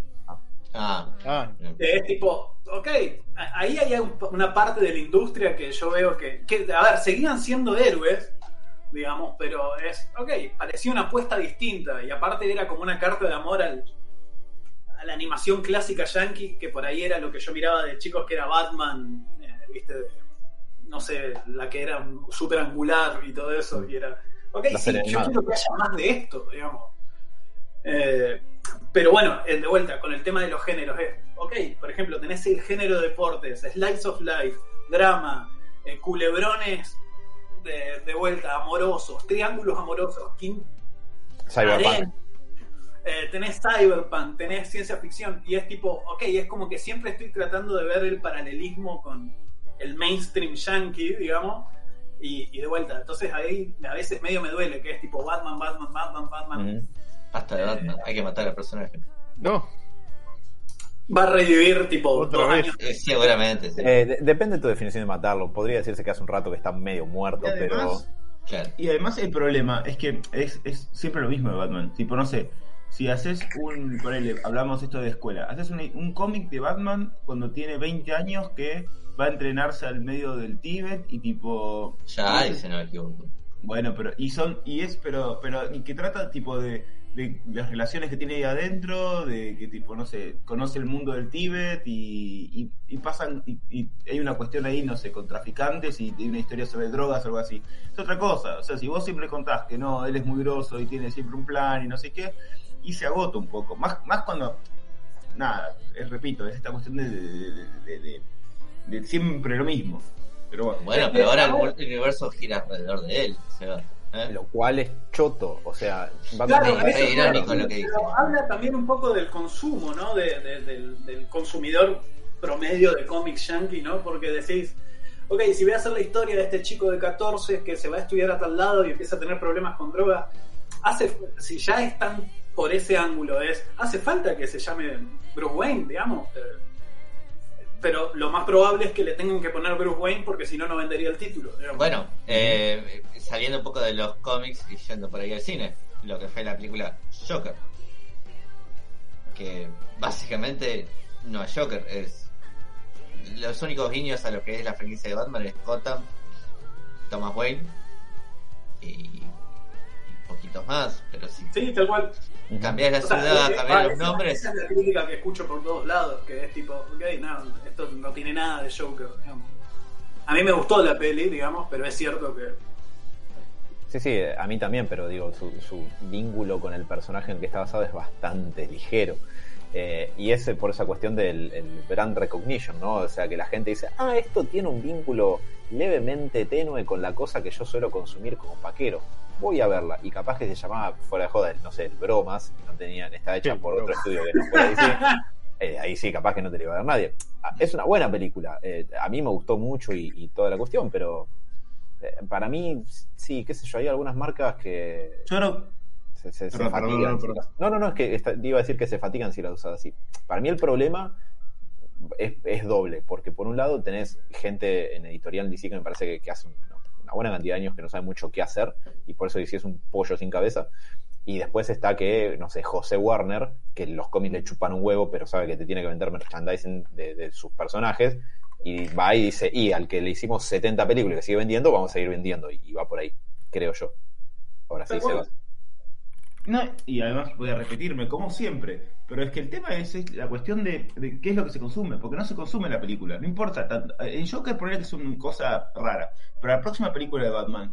Es tipo, ok, ahí hay una parte de la industria que yo veo que a ver, seguían siendo héroes, digamos, pero parecía una apuesta distinta, y aparte era como una carta de amor a la animación clásica yankee, que por ahí era lo que yo miraba de chicos, que era Batman, viste, no sé, la que era súper angular y todo eso, y era, sí, yo quiero que haya más de esto, digamos. Pero bueno, de vuelta, con el tema de los géneros, por ejemplo, tenés el género de deportes, slice of life, drama, culebrones de vuelta, amorosos, triángulos amorosos, Cyberpunk. Tenés cyberpunk, tenés ciencia ficción, y es tipo, es como que siempre estoy tratando de ver el paralelismo con el mainstream yankee, digamos, y de vuelta, entonces ahí a veces medio me duele, que es tipo Batman. Basta de Batman, hay que matar al personaje. No. Va a revivir tipo otra 2 vez. años. Seguramente, sí. Depende de tu definición de matarlo. Podría decirse que hace un rato que está medio muerto, Y además, Claro. Y además el problema es que es siempre lo mismo de Batman. Tipo, no sé, si haces ponele, hablamos esto de escuela, haces un cómic de Batman cuando tiene 20 años que va a entrenarse al medio del Tíbet y tipo... Ya hay, si no me equivoco. Bueno, pero que trata tipo de las relaciones que tiene ahí adentro, de que tipo, no sé, conoce el mundo del Tíbet y pasan y hay una cuestión ahí, no sé, con traficantes y una historia sobre drogas o algo así. Es otra cosa, o sea, si vos siempre contás que no, él es muy groso y tiene siempre un plan y no sé qué, y se agota un poco, más cuando, nada, repito, es esta cuestión de siempre lo mismo. Pero bueno, pero ahora el universo gira alrededor de él, o sea, Lo cual es choto, o sea, claro, es irónico lo que dice. Pero habla también un poco del consumo, ¿no? Del consumidor promedio de cómics yankee, ¿no? Porque decís, si voy a hacer la historia de este chico de 14 que se va a estudiar a tal lado y empieza a tener problemas con droga, si ya están por ese ángulo, hace falta que se llame Bruce Wayne, digamos. Pero lo más probable es que le tengan que poner Bruce Wayne porque si no, no vendería el título, digamos. Bueno, saliendo un poco de los cómics y yendo por ahí al cine, lo que fue la película Joker, que básicamente no es Joker, es los únicos guiños a lo que es la franquicia de Batman es Gotham, Thomas Wayne y poquitos más, pero sí. Sí, tal cual. Cambiar la ciudad, cambiar los nombres. Esa es la crítica que escucho por todos lados, que es tipo, esto no tiene nada de Joker, digamos. A mí me gustó la peli, digamos, pero es cierto que... Sí, a mí también, pero digo, su vínculo con el personaje en el que está basado es bastante ligero. Y es por esa cuestión del brand recognition, ¿no? O sea, que la gente dice, esto tiene un vínculo levemente tenue con la cosa que yo suelo consumir como paquero. Voy a verla, y capaz que se llamaba, fuera de joda, no sé, Bromas, estaba hecha por otro estudio que no fuera DC, ahí sí, capaz que no te la iba a ver nadie. Es una buena película, a mí me gustó mucho y toda la cuestión, pero para mí, sí, qué sé yo, hay algunas marcas que yo no... se fatigan. No, es que iba a decir que se fatigan si las usas así. Para mí el problema es doble, porque por un lado tenés gente en editorial DC que me parece que hace una buena cantidad de años que no sabe mucho qué hacer, y por eso DC es un pollo sin cabeza. Y después está que, no sé, José Warner, que los cómics le chupan un huevo, pero sabe que te tiene que vender merchandising de sus personajes, y va y dice, al que le hicimos 70 películas y que sigue vendiendo, vamos a seguir vendiendo, y va por ahí, creo yo. Ahora sí, se va. No, y además voy a repetirme, como siempre, pero es que el tema es la cuestión de qué es lo que se consume, porque no se consume la película, no importa tanto. En Joker ponele que es una cosa rara, pero la próxima película de Batman,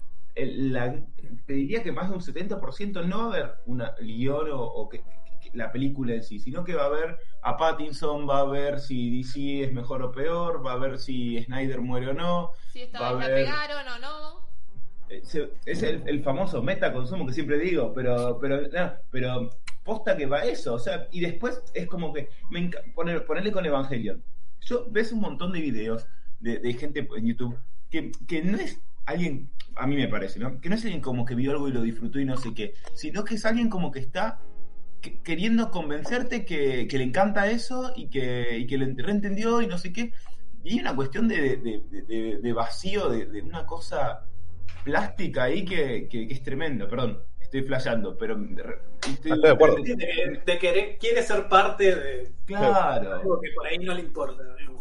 te diría que más de un 70% no va a haber una guión o que la película en sí, sino que va a ver a Pattinson, va a ver si DC es mejor o peor, va a ver si Snyder muere o no, si esta va a vez ver... la pegaron o no. Es el famoso metaconsumo que siempre digo, pero posta que va eso, o sea, y después es como que ponerle con Evangelion. Ves un montón de videos de gente en YouTube que no es alguien, a mí me parece, ¿no? Que no es alguien como que vio algo y lo disfrutó y no sé qué, sino que es alguien como que está queriendo convencerte que le encanta eso y que lo reentendió y no sé qué. Y hay una cuestión de vacío, de una cosa plástica ahí que es tremendo. Perdón, estoy flasheando, pero estoy de acuerdo. De querer, quiere ser parte de claro algo que por ahí no le importa, ¿no?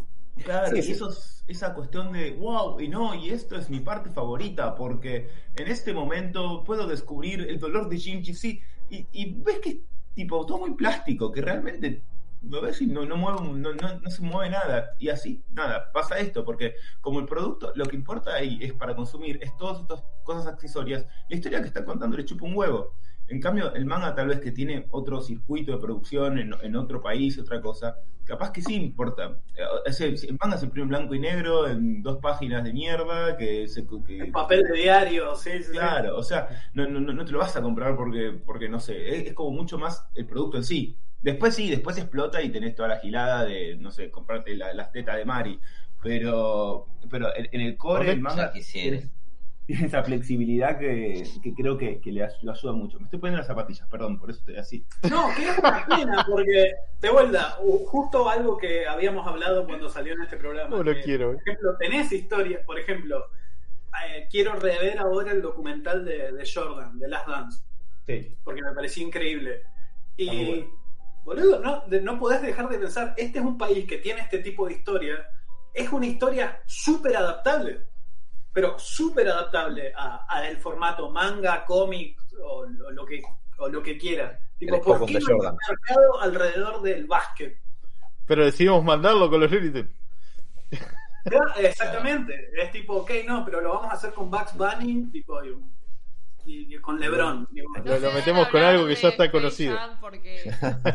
Claro, Sí, y sí. esa cuestión de wow, y esto es mi parte favorita, porque en este momento puedo descubrir el dolor de Shinji, sí, y ves que es tipo todo muy plástico, que realmente lo ves y no se mueve nada, y así, nada, pasa esto, porque como el producto, lo que importa ahí es para consumir, es todas estas cosas accesorias, la historia que está contando le chupa un huevo. En cambio, el manga tal vez que tiene otro circuito de producción en otro país, otra cosa, capaz que sí importa. El manga se imprime en blanco y negro, en 2 páginas de mierda, El papel de diario, sí. claro, o sea, no te lo vas a comprar porque no sé, es como mucho más el producto en sí. Después explota y tenés toda la gilada de, no sé, comprarte las tetas de Mari. Pero en el core, el manga Ya quisiera. tiene esa flexibilidad que creo que lo ayuda mucho. Me estoy poniendo las zapatillas, perdón, por eso estoy así. No, que es una pena, porque, de vuelta, justo algo que habíamos hablado cuando salió en este programa. No lo quiero. Por ejemplo, tenés historias, por ejemplo, quiero rever ahora el documental de Jordan, de Last Dance, Sí. porque me pareció increíble. Está muy Y, bueno. boludo, no podés dejar de pensar, este es un país que tiene este tipo de historia, es una historia súper adaptable, pero súper adaptable a el formato manga, cómic o lo que quieras. Tipo, El ¿por Spokon qué de no hay Jordan. un mercado alrededor del básquet? Pero decidimos mandarlo con los Looney Tunes. Exactamente. Es tipo, ok, no, pero lo vamos a hacer con Bugs Bunny, tipo, y con LeBron. Digo, Lo se metemos deben con hablar algo que de ya está Space conocido. Jam Porque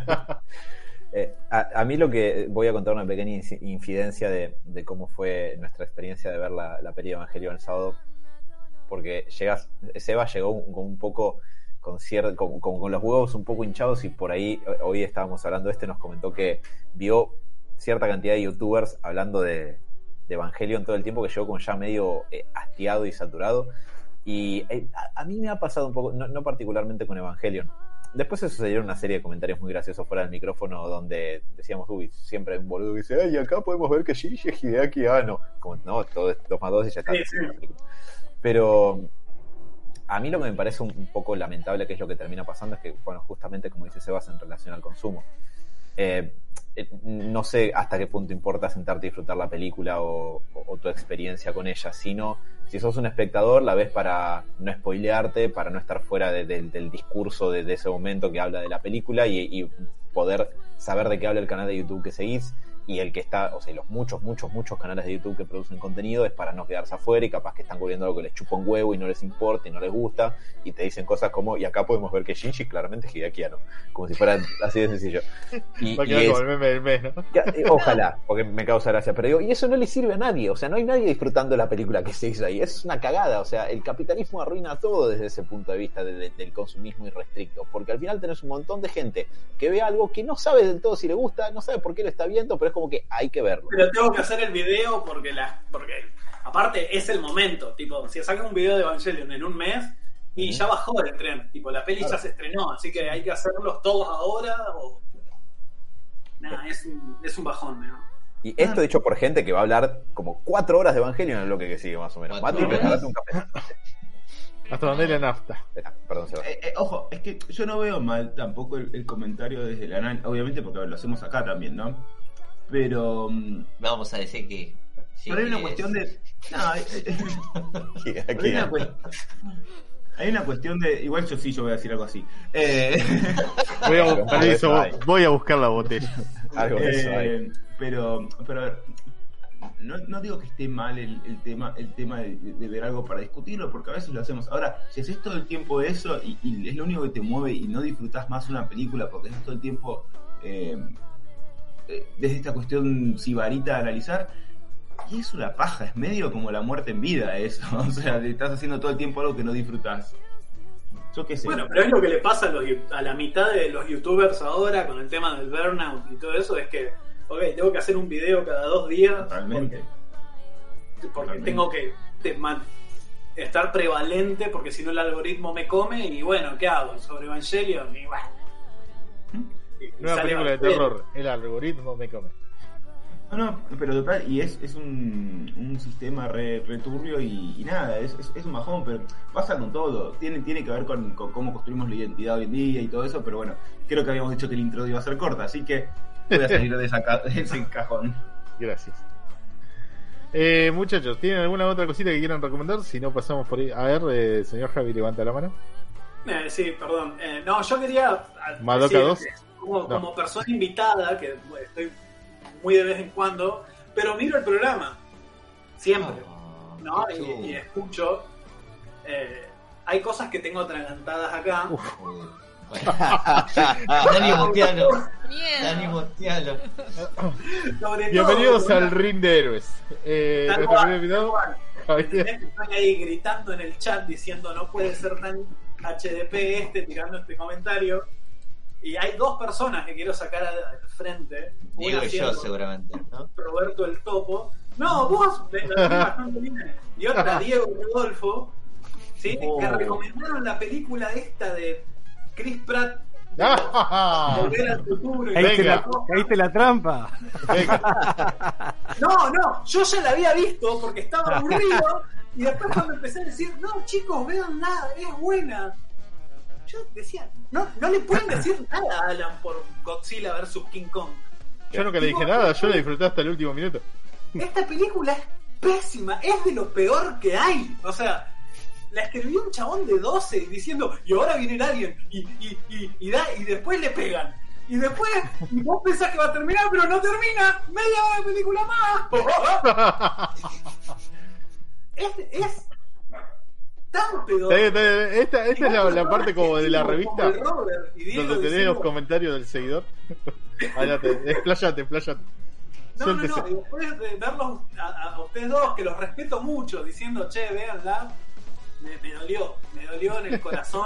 A mí lo que voy a contar una pequeña infidencia de cómo fue nuestra experiencia de ver la peli de Evangelion el sábado, porque Seba llegó con un poco con los huevos un poco hinchados, y por ahí hoy estábamos hablando nos comentó que vio cierta cantidad de youtubers hablando de Evangelion todo el tiempo, que llegó como ya medio hastiado y saturado. Y a mí me ha pasado un poco, no particularmente con Evangelion. Después se sucedieron una serie de comentarios muy graciosos fuera del micrófono, donde decíamos, siempre hay un boludo que dice, ay, acá podemos ver que Shinji es Hideaki Anno. Como, no, todo es 2 más 2 y ya está. Sí. Pero a mí lo que me parece un poco lamentable, que es lo que termina pasando, es que, bueno, justamente como dice Sebas, en relación al consumo, no sé hasta qué punto importa sentarte y disfrutar la película o tu experiencia con ella, sino si sos un espectador la ves para no spoilearte, para no estar fuera del discurso de ese momento que habla de la película, y poder saber de qué habla el canal de YouTube que seguís, y el que está, o sea, los muchos canales de YouTube que producen contenido, es para no quedarse afuera, y capaz que están cubriendo algo que les chupa un huevo y no les importa y no les gusta, y te dicen cosas como, y acá podemos ver que Shinji claramente es Hideaki Anno, como si fuera así de sencillo. Va a quedar como el meme del mes, ¿no? Ojalá, porque me causa gracia, pero digo, y eso no le sirve a nadie, o sea, no hay nadie disfrutando la película que se hizo ahí, es una cagada, o sea, el capitalismo arruina todo desde ese punto de vista del consumismo irrestricto, porque al final tenés un montón de gente que ve algo que no sabe del todo si le gusta, no sabe por qué lo está viendo, pero es como que hay que verlo. Pero tengo que hacer el video porque aparte es el momento, tipo, si sacas un video de Evangelion en un mes y ya bajó el tren, tipo, la peli ya se estrenó, así que hay que hacerlos todos ahora o nada, es un bajón, ¿no? Y esto dicho por gente que va a hablar como 4 horas de Evangelion en el bloque que sigue, más o menos. 4 Mati, horas. prepárate un café. Hasta donde la nafta. Perdón, Seba. Ojo, es que yo no veo mal tampoco el comentario desde el análisis, obviamente porque a ver, lo hacemos acá también, ¿no? Pero Vamos a decir que. Sí, pero hay una que cuestión es. de. No, hay una cuestión de. Igual yo voy a decir algo así. Voy a buscar la botella. Algo de eso hay. Pero a ver, no digo que esté mal el tema de ver algo para discutirlo, porque a veces lo hacemos. Ahora, si haces todo el tiempo eso y es lo único que te mueve y no disfrutás más una película porque haces todo el tiempo desde esta cuestión sibarita de analizar, y es una paja, es medio como la muerte en vida eso. O sea, estás haciendo todo el tiempo algo que no disfrutás. Yo qué sé. Bueno, pero es lo que le pasa a la mitad de los youtubers ahora con el tema del burnout y todo eso, es que, ok, tengo que hacer un video cada 2 días. Totalmente. Porque tengo que estar prevalente, porque si no el algoritmo me come, y bueno, ¿qué hago? Sobre Evangelion, y bueno. Y Nueva sale película de Evangelion. terror. El algoritmo me come. No, pero total, y es un sistema re turbio y nada, es un bajón, pero pasa con todo, tiene que ver con cómo construimos la identidad hoy en día y todo eso, pero bueno, creo que habíamos dicho que el intro iba a ser corta, así que voy a salir de ese cajón. Gracias. Muchachos, ¿tienen alguna otra cosita que quieran recomendar? Si no, pasamos por ahí. A ver, señor Javi, levanta la mano. Sí, perdón. No, yo quería Madoka 2. Como persona invitada, que estoy muy de vez en cuando, pero miro el programa. Siempre. ¿No? Y escucho. Hay cosas que tengo atragantadas acá. Dani Mostialo. Miedo. Dani Mostialo. Bienvenidos al Ring de Héroes. Tal nuestro cual, primer invitado, tal cual. Javier. Están ahí gritando en el chat diciendo no puede ser tan HDP tirando este comentario. Y hay dos personas que quiero sacar al frente. Digo Una yo siendo seguramente, ¿no? Roberto el Topo. No, vos, la tenés bastante bien. Y otra, Diego Rodolfo, ¿sí? Que recomendaron la película esta de Chris Pratt. Volver al futuro. Caíste la trampa. No, yo ya la había visto porque estaba aburrido. Y después cuando empecé a decir, no chicos, vean nada, es buena. Yo decía, no le pueden decir nada a Alan por Godzilla vs King Kong. Yo nunca le dije nada, yo la disfruté hasta el último minuto. Esta película es pésima, es de lo peor que hay. O sea, la escribió un chabón de 12 diciendo, y ahora viene el alien, y después le pegan. Y después, vos pensás que va a terminar, pero no termina. Media hora de película más. Es tan peor. Esta es la parte como de la revista Robert y Diego donde tenés los comentarios del seguidor. Expláyate. No, y después de verlos a ustedes dos, que los respeto mucho, diciendo, che, véanla, me dolió en el corazón.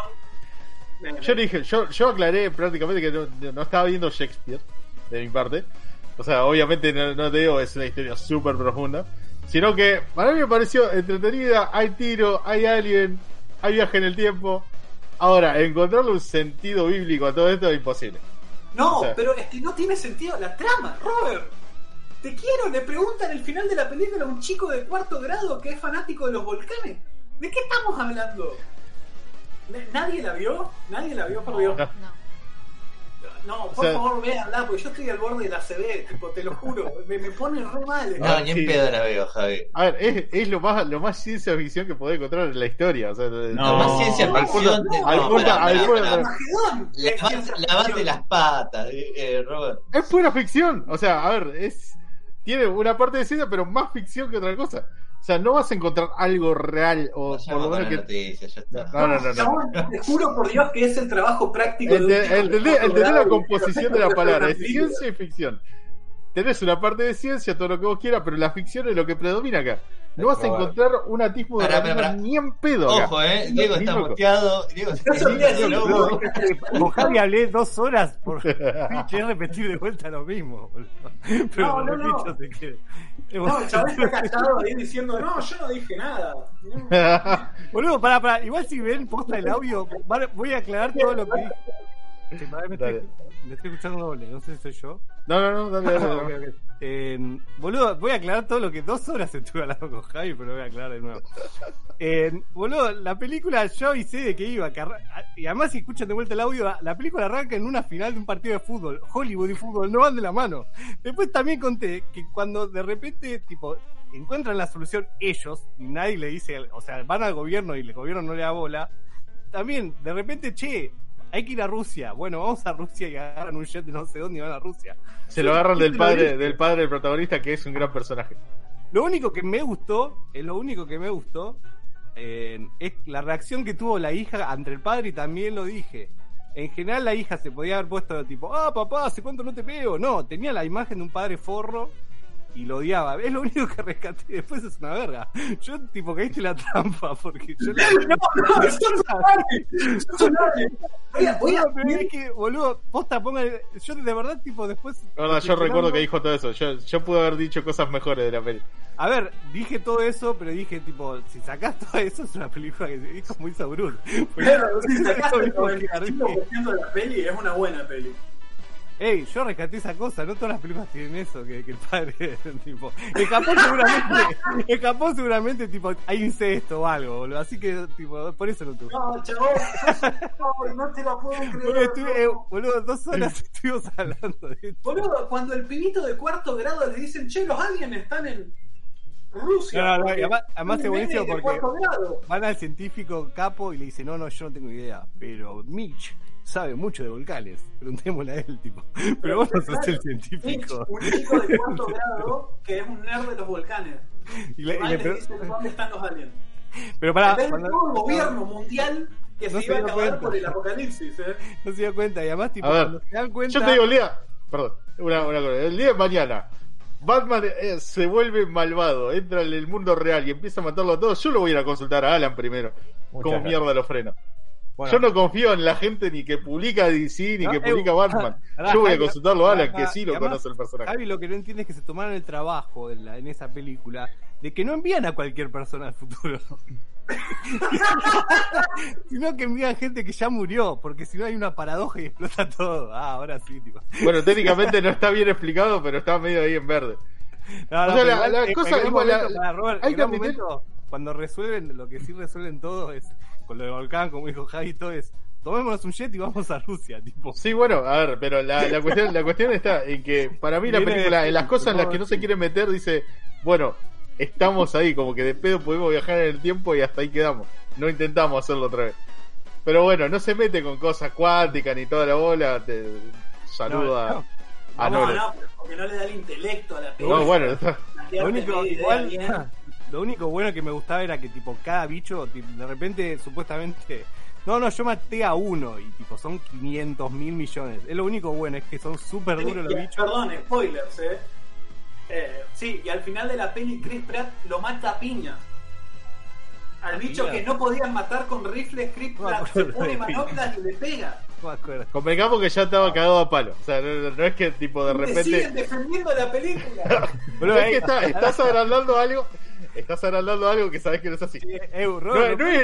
Yo aclaré prácticamente que no estaba viendo Shakespeare, de mi parte. O sea, obviamente no te digo, es una historia súper profunda. Sino que para mí me pareció entretenida, hay tiro, hay alien, hay viaje en el tiempo. Ahora, encontrarle un sentido bíblico a todo esto es imposible. No, o sea, pero es que no tiene sentido la trama, Robert. Te quiero, le preguntan al final de la película a un chico de 4º grado que es fanático de los volcanes. ¿De qué estamos hablando? ¿Nadie la vio? Por Dios. No, por favor, véanla, porque yo estoy al borde de la CB, tipo, te lo juro, me pone re mal. No, ni en pedo la veo, Javi. A ver, es lo más ciencia ficción que podés encontrar en la historia. O sea, no, más ciencia ficción. Lavate las patas, Robert. Es pura ficción. O sea, a ver, tiene una parte de ciencia, pero más ficción que otra cosa. O sea, no vas a encontrar algo real o por lo menos que... Noticia, ya está. No. Te juro por Dios que es el trabajo práctico entender la composición de la palabra, es ciencia y ficción. Tenés una parte de ciencia, todo lo que vos quieras, pero la ficción es lo que predomina acá. No vas a encontrar un atismo de realidad ni en pedo acá. Ojo, Diego está muteado. Con Javi hablé 2 horas por repetir de vuelta lo mismo. Pero no. Si quiere. No, el chaval está callado ahí diciendo, no, yo no dije nada. Boludo, pará. Igual si ven posta el audio, voy a aclarar todo lo que dije. Me estoy escuchando doble, no sé si soy yo. No, dale. Okay. Boludo, voy a aclarar todo lo que 2 horas estuve hablando con Javi, pero lo voy a aclarar de nuevo. Boludo, la película yo avisé de que iba. Y además, si escuchan de vuelta el audio, la película arranca en una final de un partido de fútbol. Hollywood y fútbol no van de la mano. Después también conté que cuando de repente, tipo, encuentran la solución ellos, y nadie le dice, o sea, van al gobierno y el gobierno no le da bola. También, de repente, hay que ir a Rusia. Bueno, vamos a Rusia y agarran un jet de no sé dónde y van a Rusia. Se lo agarran del padre del protagonista, que es un gran personaje. Lo único que me gustó es la reacción que tuvo la hija ante el padre, y también lo dije. En general la hija se podía haber puesto tipo, papá, ¿hace cuánto no te veo? No, tenía la imagen de un padre forro y lo odiaba. Es lo único que rescaté. Después es una verga. Yo, tipo, caíste la trampa porque yo la... Es que, boludo, posta, yo de verdad, tipo, después... yo recuerdo que dijo todo eso. Yo pude haber dicho cosas mejores de la peli. A ver, dije todo eso, pero dije, tipo, si sacás todo eso es una película que es como hizo Brut. Pero si sacás el 95% de la peli, es una buena peli. Ey, yo rescaté esa cosa, no todas las películas tienen eso, que el padre, tipo, escapó seguramente, tipo, hay incesto o algo, boludo, así que, tipo, por eso lo tuve. No, chabón, no te la puedo creer. Boludo, 2 horas estuvimos hablando de esto. Boludo, cuando el pibito de 4º grado le dicen, che, los aliens están en Rusia. No, y además es buenísimo de porque cuarto grado. van al científico capo y le dicen, no, yo no tengo idea, pero Mitch sabe mucho de volcanes, preguntémosle a él, tipo. Pero vos no sos el Mitch, científico. un chico de cuarto grado que es un nerd de los volcanes. Y Le dice dónde están los aliens. pero pará, En vez de todo el gobierno mundial que No se se iba a dio acabar cuenta. por el apocalipsis, no se dio cuenta, y además, tipo, A ver, cuando se dan cuenta... Yo te digo, el día. Perdón, una cosa. El día de mañana, Batman se vuelve malvado, entra en el mundo real y empieza a matarlo a todos. Yo lo voy a ir a consultar a Alan primero. Muchas ¿Cómo gracias. mierda lo freno? Bueno, Yo no confío en la gente ni que publica DC ni No, que publica Batman. pará, Yo voy a Javi, consultarlo a Alan, pará, que sí lo y además, conoce el personaje. Javi lo que no entiende es que se tomaron el trabajo en esa película de que no envían a cualquier persona al futuro. Sino que envían gente que ya murió, porque si no hay una paradoja y explota todo. Ahora sí, tipo. Bueno, técnicamente no está bien explicado, pero está medio ahí en verde. No, O sea, pero la en cosa gran igual, momento, la- para Robert, hay en gran que admitir- momento, cuando resuelven, lo que sí resuelven todo es, con lo de Volcán, como dijo Javi, todo es, tomémonos un jet y vamos a Rusia, tipo. Sí, bueno, a ver, pero la cuestión está en que para mí la Viene película, de- en las cosas en las que no se sí. quiere meter, dice, bueno, estamos ahí, como que de pedo podemos viajar en el tiempo y hasta ahí quedamos. No intentamos hacerlo otra vez. Pero bueno, no se mete con cosas cuánticas ni toda la bola. Te saluda No, a No, Nolan. no, pero porque no le da el intelecto a la película. No, bueno, está- Lo único, igual, Bien. lo único bueno que me gustaba era que tipo cada bicho, de repente, supuestamente, no, yo maté a uno y tipo son 500.000 millones. Es lo único bueno, es que son súper duros los bichos. Perdón, spoilers, sí, y al final de la peli Chris Pratt lo mata a piña. Al bicho piña? que no podían matar con rifles, Chris No me Pratt se acuerdo pone de piña. manoplas y le pega. No me acuerdo. convengamos que ya estaba cagado a palo. O sea, no es que tipo de Me repente. siguen defendiendo la película. Boludo, Es que estás agrandando algo. Estás agrandando algo que sabes que no es así. Robert, No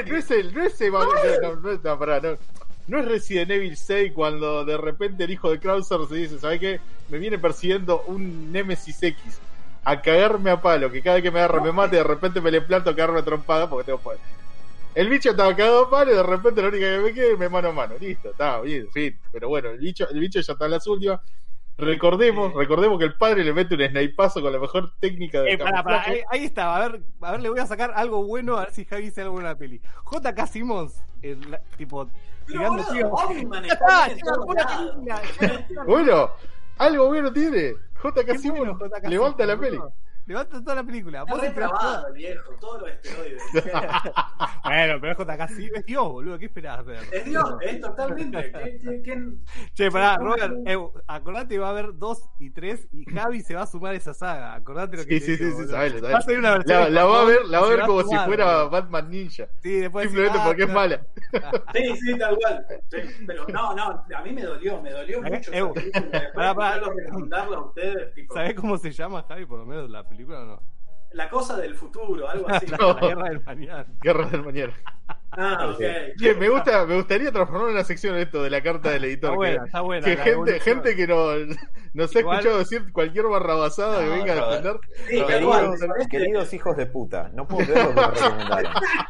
es Resident Evil 6 cuando de repente el hijo de Krauser se dice, ¿sabes qué? Me viene persiguiendo un Nemesis X a cagarme a palo, que cada vez que me agarra me mate y de repente me le planto a cagarme a trompada porque tengo poder. El bicho estaba cagado a palo y de repente la única que me queda es me mano a mano. Listo, está bien, fin. Pero bueno, el bicho ya está en las últimas. Recordemos que el padre le mete un snipazo con la mejor técnica de pará, camuflaje. ahí está, a ver, le voy a sacar algo bueno, a ver si Javi dice algo en la peli. J.K. Simmons, tipo, Pero tirando boludo, tiros. Omniman Ya está está, bien en ya todos fue la lados. película. Bueno, algo bueno tiene. J.K. Qué bueno, Simmons J.K. levanta la Simmons, peli. boludo. Levanta toda la película. Está Vos re esperás trabado el viejo, todos los esteroides. Bueno, pero es J.K. Simmons, es Dios, boludo, ¿qué esperás ver? Es Dios, es totalmente. Che, pará, Robert, acordate, va a haber 2 y 3 y Javi se va a sumar a esa saga. Acordate lo que Sí, te sí, digo, sí, boludo. sabelo, Va a salir una versión La de va a Japón ver, y la va a se ver como a si sumar, fuera boludo. Batman Ninja. Sí, después Simplemente decís, porque es mala. Sí, tal cual. Sí, pero no, a mí me dolió mucho esa película. Después pará. de recomendarla a ustedes, tipo, ¿sabés cómo se llama, Javi, por lo menos la película o no? la cosa del futuro, algo así. No. La guerra del mañana. Guerra del mañana. Ah, ok. Bien, me gustaría transformar una sección esto de la carta del editor. Está buena. Que la gente evolución. que nos ha Igual- escuchado decir cualquier barrabasada que No, venga a Robert. defender. Sí, tal Queridos, cual. queridos hijos de puta, no puedo creer lo que me recomendaron.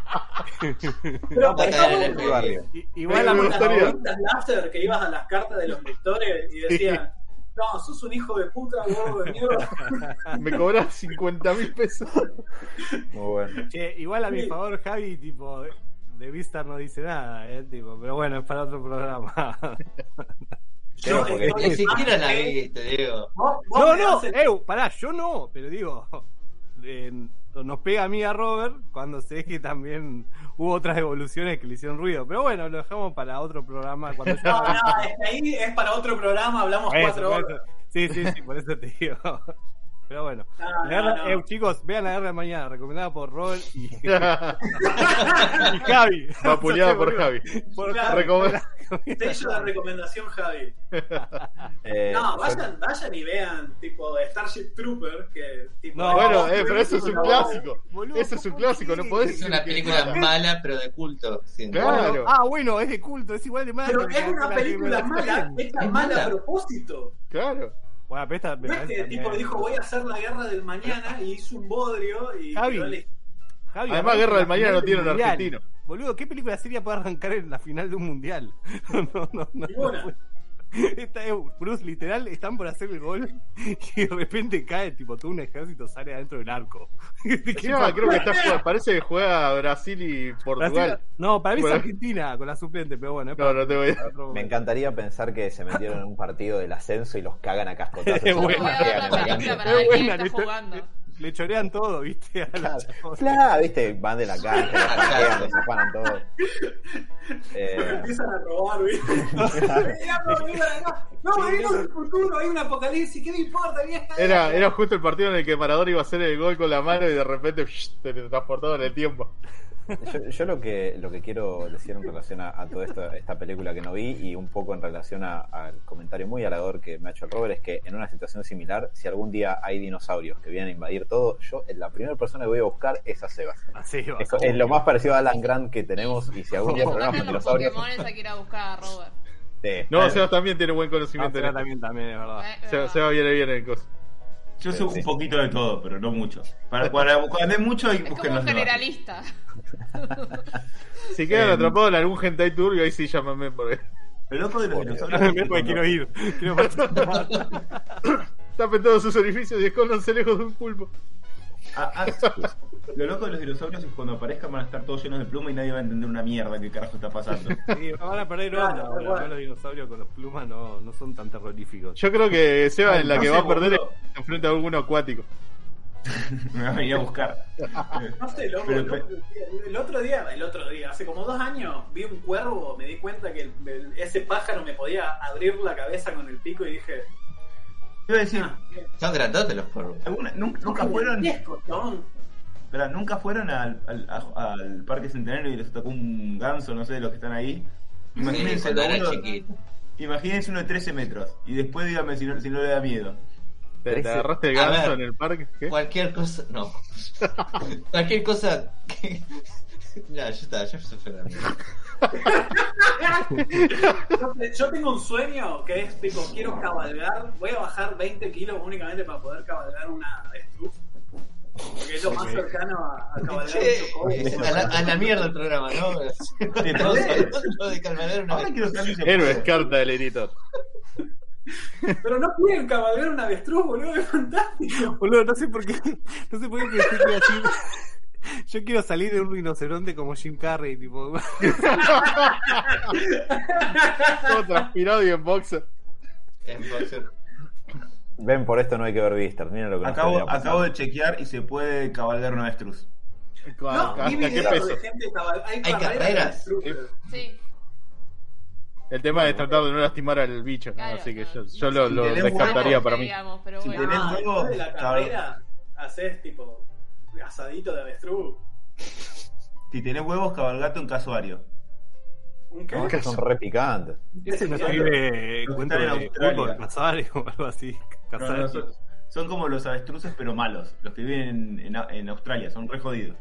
Pero Acá está en el bueno, Mi barrio. Igual Me las gustaría. novitas láser que ibas a las cartas de los lectores y decían, no, sos un hijo de puta, gordo de mierda. Me cobras 50.000 pesos. Muy bueno. Che, igual a mi Sí. favor, Javi, tipo, de Vistar no dice nada, tipo, pero bueno, es para otro programa. Yo porque estoy Ni siquiera la más que- viste, Diego. Vos No, me no, das el- pará, yo no, pero digo, nos pega a mí a Robert cuando sé que también hubo otras evoluciones que le hicieron ruido, pero bueno, lo dejamos para otro programa. Cuando No, no, es que ahí es para otro programa, hablamos Por eso, 4 por horas. eso. Sí, por eso te digo. Pero bueno, No, La guerra- no, no. chicos, vean La Guerra de Mañana, recomendada por Robert y Javi. Vapuleada por Javi. Por Claro. Sello de recomendación, Javi. No, vayan y vean, tipo, Starship Trooper, que tipo... No, Bueno, pero eso es un No, clásico. Boludo, Eso es un ¿por clásico, qué? no podés Es decir una que es película mala. mala, pero de culto. siento. Claro. Bueno, es de culto, es igual de mala. Pero que es una la película que me mala, la- hecha Es mala a mala. propósito. Claro. Bueno, pero esta me No es parece que también- tipo dijo, voy a hacer la guerra del mañana y hizo un bodrio y... Javi. quedó le- Javi, Además, aparte, Guerra la del Mañana final no tiene un mundial. argentino. Boludo, ¿qué película seria puede arrancar en la final de un mundial? No. Ninguna. Bruce, literal, están por hacer el gol y de repente cae, tipo, todo un ejército sale adentro del arco. Encima, creo que parece que juega Brasil y Portugal. No, para mí Bueno. es Argentina con la suplente, pero bueno. No te voy a... Me encantaría pensar que se metieron en un partido del ascenso y los cagan a cascotazos. Es Yo voy buena. a ver la película para ver quién está jugando. Le chorean todo, ¿viste? A la chavos. Claro, viste, van de la cancha, los saquean, los afanan todo. Empiezan a robar, ¿viste? No, venimos del futuro, hay un apocalipsis, ¿qué me importa? Vieja? Era justo el partido en el que Maradona iba a hacer el gol con la mano y de repente te transportado en el tiempo. Yo lo que quiero decir en relación a toda esta película que no vi y un poco en relación al comentario muy halagador que me ha hecho el Robert es que en una situación similar, si algún día hay dinosaurios que vienen a invadir todo, yo la primera persona que voy a buscar es a Sebas. Así va. Es lo más parecido a Alan Grant que tenemos y si algún día Como problemas bajan con los dinosaurios... Pokémon hay que ir a buscar a Robert. No, Sebas también tiene buen conocimiento. en esto. También, es verdad. Sebas viene bien en el coso. Yo sé Sí. un poquito de todo, pero no mucho. Cuando es mucho, Es como busquen un los demás. generalista. Si quedan atrapados en algún hentai turbio, ahí sí llámame porque... Lo loco de los dinosaurios. Porque quiero ir. Quiero participar. Tapen todos sus orificios y escóndanse lejos de un pulpo. Lo loco de los dinosaurios es cuando aparezcan van a estar todos llenos de pluma y nadie va a entender una mierda qué carajo está pasando. Sí, van a perder Claro, onda. Ahora, bueno. ¿no? Los dinosaurios con los plumas no son tan terroríficos. Yo creo que Sebas en la No que sé, va a perder boludo. es enfrente a alguno acuático. Me va a venir a buscar. No sé, loco, Pero- el otro día, hace como 2 años, vi un cuervo, me di cuenta que ese pájaro me podía abrir la cabeza con el pico y dije, Te iba a decir, Son grandotes los cuervos. nunca fueron, chabón. espera, nunca fueron al Parque Centenario y les tocó un ganso, no sé, de los que están ahí. Imagínense, Cuando era uno, chiquito. imagínense uno de 13 metros y después dígame si no le da miedo. ¿Te agarraste el A ganso ver. en el parque? ¿Qué? Cualquier cosa, no. Cualquier cosa que... Ya está, ya se fue la mierda. Yo tengo un sueño que es tipo, quiero cabalgar, voy a bajar 20 kilos únicamente para poder cabalgar una avestruz. Porque es lo más cercano a cabalgar un chocobo. A la mierda el programa, ¿no? Estamos hablando de cabalgar una Ahora vez. quiero saber si se Héroes, puede. carta del editor. Pero no pueden cabalgar una avestruz, boludo, es fantástico. Boludo, no sé por qué pensé que iba a decir. Yo quiero salir de un rinoceronte como Jim Carrey, tipo. Todo transpirado y en boxer. Ven, por esto no hay que ver Vistar. Miren lo que nos podría pasar. Acabo de chequear y se puede cabalgar una avestruz. No, ¿Hasta vi qué videos peso? de gente hay Hay carreras. de avestruces. Sí. El tema es tratar de no lastimar al bicho, ¿no? Claro, Así que no. yo lo Si tenés descartaría huevos, para mí. Digamos, pero Si bueno. tenés huevos, Después de la carrera, haces tipo asadito de avestruz. Si tenés huevos, cabalgate un casuario. ¿Un qué? No, que son re picantes. Ese no escribe Los cuento que están de en Australia. fútbol, Casario o algo así. No, Casario. son como los avestruces, pero malos. Los que viven en Australia, son re jodidos.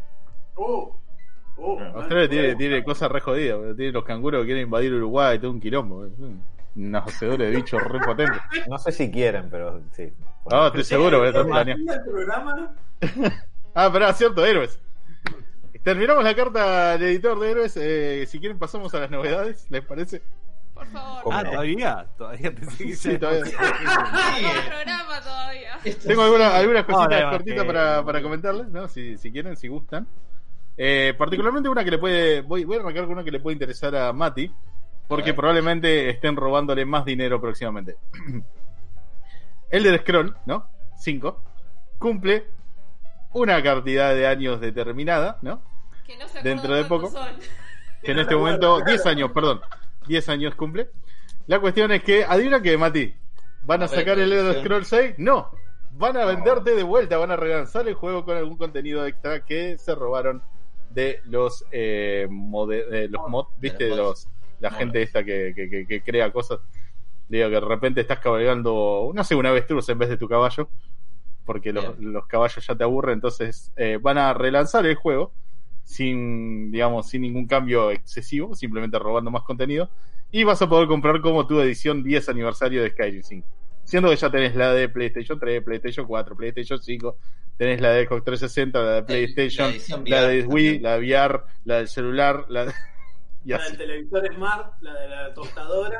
Australia tiene cosas re jodidas, porque tiene los canguros que quieren invadir Uruguay, todo un quilombo. Unos hacedores de bichos re potentes. No sé si quieren, pero sí. No, estoy seguro que están planeando. El programa, Pero cierto, héroes. Terminamos la carta del editor de héroes. Si quieren pasamos a las novedades, ¿les parece? Por favor. ¿Cómo? ¿Todavía? Todavía pensé que Sí, ya- todavía. El programa todavía. Tengo algunas cositas No, no, cortitas para comentarles, ¿no? Si quieren, si gustan. Particularmente una que le puede. Voy a arrancar con una que le puede interesar a Mati, porque probablemente estén robándole más dinero próximamente. Elder Scroll, ¿no? 5 cumple una cantidad de años determinada, ¿no? Que no se Dentro de acuerdan poco. cuántos son. Que en este momento, 10 años, perdón. 10 años cumple. La cuestión es que, adivina que, Mati, ¿van a sacar el Elder Scroll 6? No. Van a venderte de vuelta, van a relanzar el juego con algún contenido extra que se robaron de los mods, ¿viste? De la gente esta que crea cosas. Digo, que de repente estás cabalgando, no sé, una avestruz en vez de tu caballo, porque los caballos ya te aburren, entonces van a relanzar el juego sin ningún cambio excesivo, simplemente robando más contenido, y vas a poder comprar como tu edición 10 aniversario de Skyrim 5. Siendo que ya tenés la de PlayStation 3, PlayStation 4, PlayStation 5, tenés la de Xbox 360, la de PlayStation, edición la de VR Wii, también. la de VR, la del celular, y la así. del televisor Smart, la de la tostadora,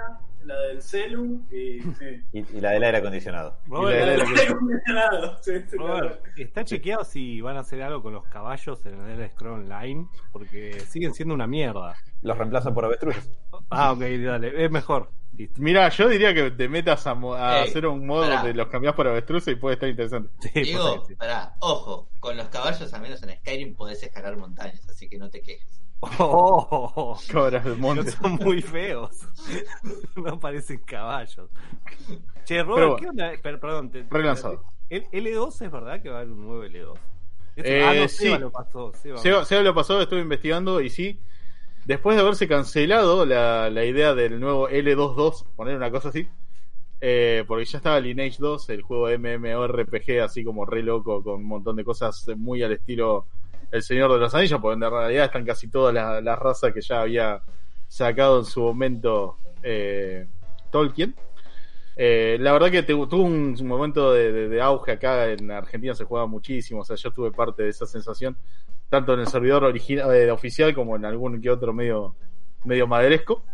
la del celu y, sí. Y la del aire acondicionado. Bueno, Y la del aire acondicionado, sí, Robert, ¿está chequeado si van a hacer algo con los caballos en el Elder Scrolls Online? Porque siguen siendo una mierda. Los reemplazan por avestruces. Ah, ok, dale, es mejor. Listo. Mira, yo diría que te metas a Ey, hacer un modo pará. donde los cambiás por avestruces y puede estar interesante. Sí, Digo, pasa que sí. pará, ojo, con los caballos, al menos en Skyrim, podés escalar montañas, así que no te quejes. Oh, Cabras del no monte. son muy feos. No parecen caballos. Che, Pero Robert, bueno. ¿qué onda? Perdón, Relanzado. ¿El L2 es verdad que va a haber un nuevo L2? No, Sí. Seba lo pasó. Seba lo pasó, estuve investigando y sí. Después de haberse cancelado la idea del nuevo L22, poner una cosa así, porque ya estaba Lineage 2, el juego MMORPG así como re loco, con un montón de cosas muy al estilo El Señor de los Anillos, porque en realidad están casi todas las razas que ya había sacado en su momento Tolkien. La verdad que tuvo un momento de auge acá en Argentina, se jugaba muchísimo, o sea, yo tuve parte de esa sensación, tanto en el servidor original oficial como en algún que otro medio maderesco.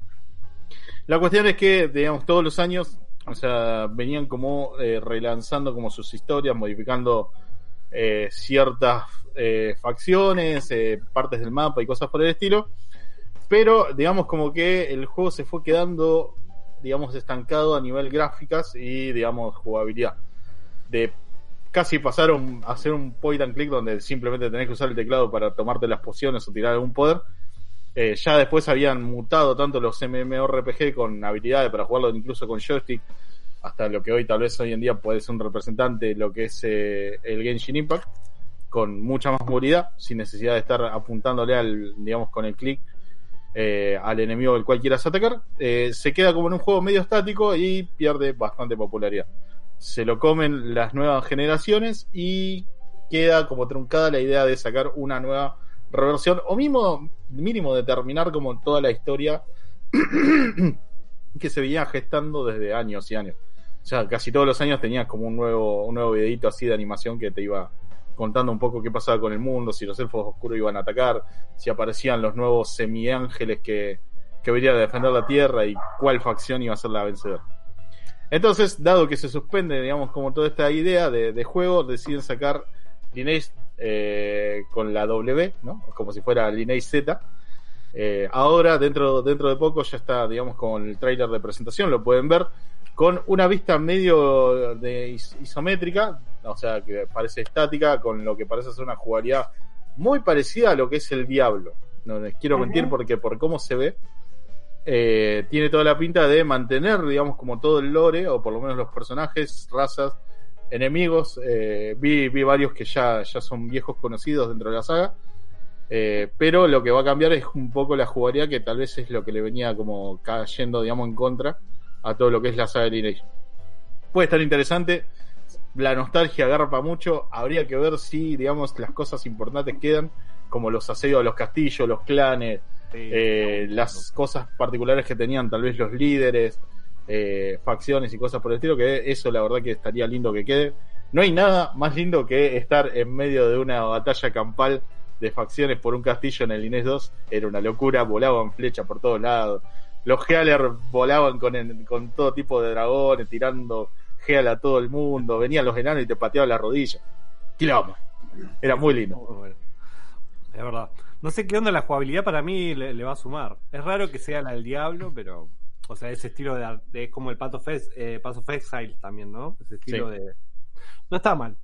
La cuestión es que, digamos, todos los años, o sea, venían como relanzando como sus historias, modificando ciertas facciones, partes del mapa y cosas por el estilo, pero digamos como que el juego se fue quedando, digamos, estancado a nivel gráficas y, digamos, jugabilidad. Casi pasaron a hacer un point and click donde simplemente tenés que usar el teclado para tomarte las pociones o tirar algún poder. Ya después habían mutado tanto los MMORPG con habilidades para jugarlo incluso con joystick, hasta lo que hoy en día puede ser un representante de lo que es el Genshin Impact, con mucha más movilidad, sin necesidad de estar apuntándole digamos, con el clic al enemigo del cual quieras atacar. Se queda como en un juego medio estático y pierde bastante popularidad. Se lo comen las nuevas generaciones y queda como truncada la idea de sacar una nueva reversión o mínimo de terminar como toda la historia que se venía gestando desde años y años. O sea, casi todos los años tenías como un nuevo videito así de animación que te iba contando un poco qué pasaba con el mundo, si los elfos oscuros iban a atacar, si aparecían los nuevos semi-ángeles que venían a defender la tierra y cuál facción iba a ser la vencedora. Entonces, dado que se suspende, digamos, como toda esta idea de juego, deciden sacar Lineage con la W, ¿no? Como si fuera Lineage Z. Ahora, dentro de poco, ya está, digamos, con el tráiler de presentación, lo pueden ver, con una vista medio isométrica, o sea, que parece estática, con lo que parece ser una jugabilidad muy parecida a lo que es el Diablo. No les quiero mentir porque por cómo se ve, tiene toda la pinta de mantener, digamos, como todo el lore, o por lo menos los personajes, razas, enemigos. Vi varios que ya son viejos conocidos dentro de la saga, pero lo que va a cambiar es un poco la jugabilidad, que tal vez es lo que le venía como cayendo, digamos, en contra a todo lo que es la saga de Lineage. Puede estar interesante, la nostalgia agarra mucho, habría que ver si, digamos, las cosas importantes quedan, como los asedios a los castillos, los clanes, las cosas particulares que tenían tal vez los líderes, facciones y cosas por el estilo, que eso la verdad que estaría lindo que quede. No hay nada más lindo que estar en medio de una batalla campal de facciones por un castillo en el Lineage 2. Era una locura, volaban flechas por todos lados, los Healer volaban con todo tipo de dragones, tirando Heal a todo el mundo, venían los enanos y te pateaban la rodilla. Quilombo. Era muy lindo. Bueno, es verdad. No sé qué onda la jugabilidad, para mí le va a sumar. Es raro que sea la del Diablo, pero, o sea, ese estilo de como el Path of Exile también, ¿no? Ese estilo Sí. de... No está mal.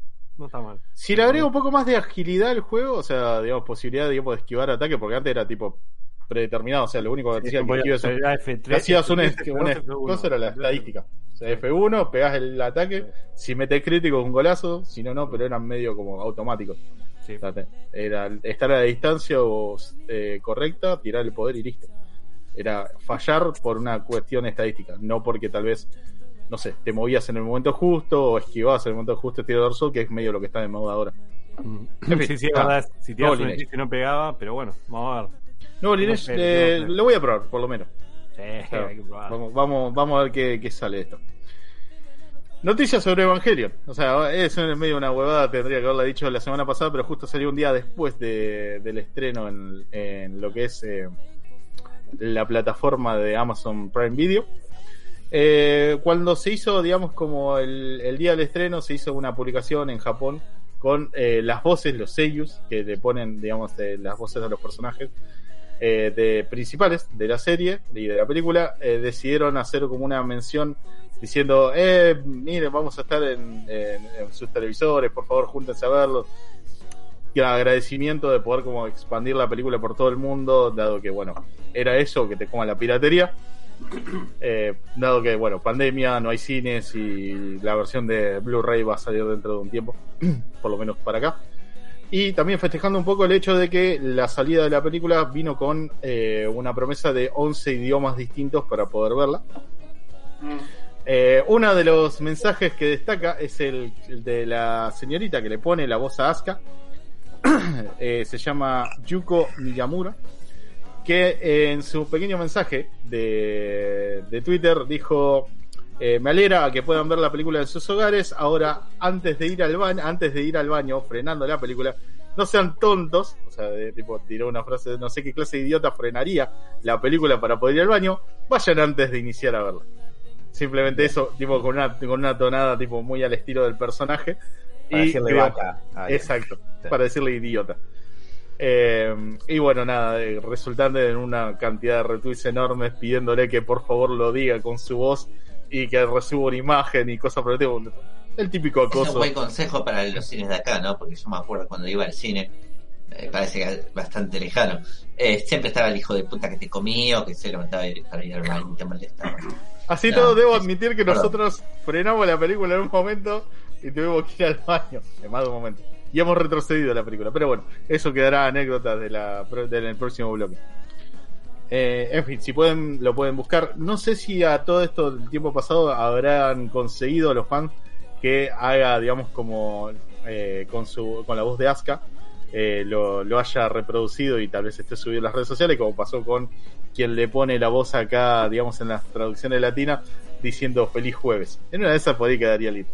Si le agrego un poco más de agilidad al juego, o sea, digamos, posibilidad, digamos, de esquivar ataque, porque antes era tipo predeterminado, o sea, lo único que decía que esquives hacías una cosa, era la estadística. O sea, F1, pegás el ataque, si metes crítico un golazo, si no, pero eran medio como automáticos. Sí. O sea, era estar a la distancia correcta, tirar el poder y listo. Era fallar por una cuestión estadística, no porque tal vez, no sé, te movías en el momento justo o esquivabas en el momento justo estilo Dark Souls, que es medio lo que está de moda ahora. En fin, Sí, es verdad. Si tiras un hechizo y no pegaba, pero bueno, vamos a ver. No, Lineage, lo voy a probar, por lo menos. Sí, O sea, hay que probar. vamos a ver qué sale de esto. Noticias sobre Evangelion. O sea, es en medio una huevada, tendría que haberla dicho la semana pasada, pero justo salió un día después del estreno en lo que es la plataforma de Amazon Prime Video. Cuando se hizo, digamos, como el día del estreno, se hizo una publicación en Japón con las voces, los seiyus, que le ponen, digamos, las voces de los personajes principales de la serie y de la película. Decidieron hacer como una mención diciendo, miren, vamos a estar en sus televisores, por favor, júntense a verlo. Y agradecimiento de poder como expandir la película por todo el mundo, dado que, bueno, era eso, que te coma la piratería. Dado que, bueno, pandemia, no hay cines y la versión de Blu-ray va a salir dentro de un tiempo, por lo menos para acá. Y también festejando un poco el hecho de que la salida de la película vino con una promesa de 11 idiomas distintos para poder verla. Uno de los mensajes que destaca es el de la señorita que le pone la voz a Asuka. Se llama Yuko Miyamura, que en su pequeño mensaje de Twitter dijo: me alegra a que puedan ver la película en sus hogares. Ahora, antes de ir al baño, frenando la película, no sean tontos. O sea, tipo, tiró una frase de no sé qué clase de idiota frenaría la película para poder ir al baño. Vayan antes de iniciar a verla. Simplemente eso, tipo, con una tonada tipo muy al estilo del personaje. Para decirle vaca. Exacto, sí. Para decirle idiota. Y bueno, nada, resultante en una cantidad de retweets enormes pidiéndole que por favor lo diga con su voz y que reciba una imagen y cosas por el tipo. El típico acoso. Es un buen consejo para los cines de acá, ¿no? Porque yo me acuerdo cuando iba al cine, parece que bastante lejano, siempre estaba el hijo de puta que te comía o que se levantaba para ir al baño y te molestaba. Así todo, debo admitir que nosotros frenamos la película en un momento y tuvimos que ir al baño en más de un momento. Y hemos retrocedido la película. Pero bueno, eso quedará anécdotas del próximo bloque. En fin, si pueden, lo pueden buscar. No sé si a todo esto del tiempo pasado habrán conseguido los fans que haga, digamos, como con la voz de Asuka, lo haya reproducido y tal vez esté subido en las redes sociales, como pasó con quien le pone la voz acá, digamos, en las traducciones latinas, diciendo feliz jueves. En una de esas por ahí quedaría lindo.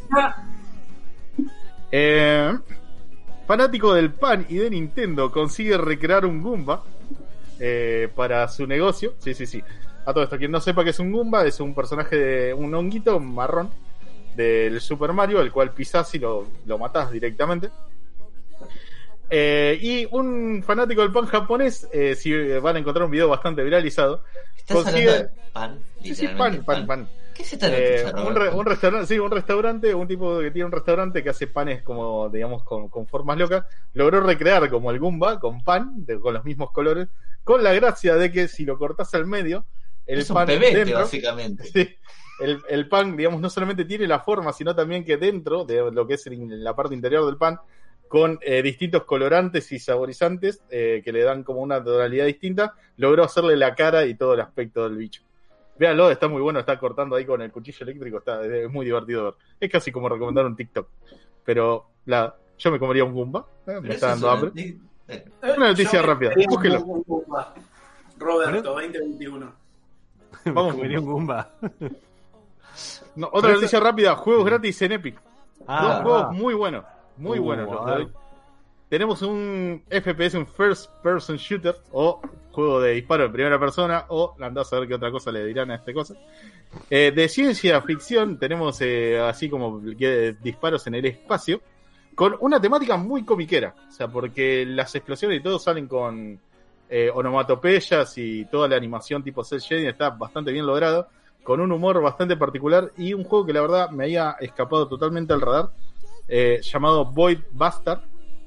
Fanático del pan y de Nintendo consigue recrear un Goomba para su negocio. Sí. A todo esto, quien no sepa qué es un Goomba, es un personaje de un honguito marrón del Super Mario, el cual pisás y lo matás directamente. Y un fanático del pan japonés, si van a encontrar un video bastante viralizado, ¿Estás hablando de pan? Sí, pan. ¿Qué es esta noticia, un restaurante, un tipo que tiene un restaurante que hace panes como, digamos, con formas locas, logró recrear como el Goomba con pan, con los mismos colores, con la gracia de que si lo cortás al medio, el es pan un pebete, dentro, básicamente. Sí, el pan, digamos, no solamente tiene la forma, sino también que dentro de lo que es la parte interior del pan, con distintos colorantes y saborizantes que le dan como una tonalidad distinta, logró hacerle la cara y todo el aspecto del bicho. Véanlo, está muy bueno, está cortando ahí con el cuchillo eléctrico, es muy divertido ver. Es casi como recomendar un TikTok. Pero yo me comería un Goomba, me está dando hambre. Una noticia rápida, búsquelo. Roberto, 2021. Vamos, comería un Goomba. No, otra noticia rápida, juegos gratis en Epic. Dos juegos muy buenos, muy buenos los de hoy. Tenemos un FPS, un First Person Shooter, o juego de disparo en primera persona, o andás a ver qué otra cosa le dirán a esta cosa. De ciencia ficción, tenemos así como disparos en el espacio, con una temática muy comiquera. O sea, porque las explosiones y todo salen con onomatopeyas y toda la animación tipo cel shading está bastante bien logrado, con un humor bastante particular y un juego que la verdad me había escapado totalmente al radar, llamado Void Bastard.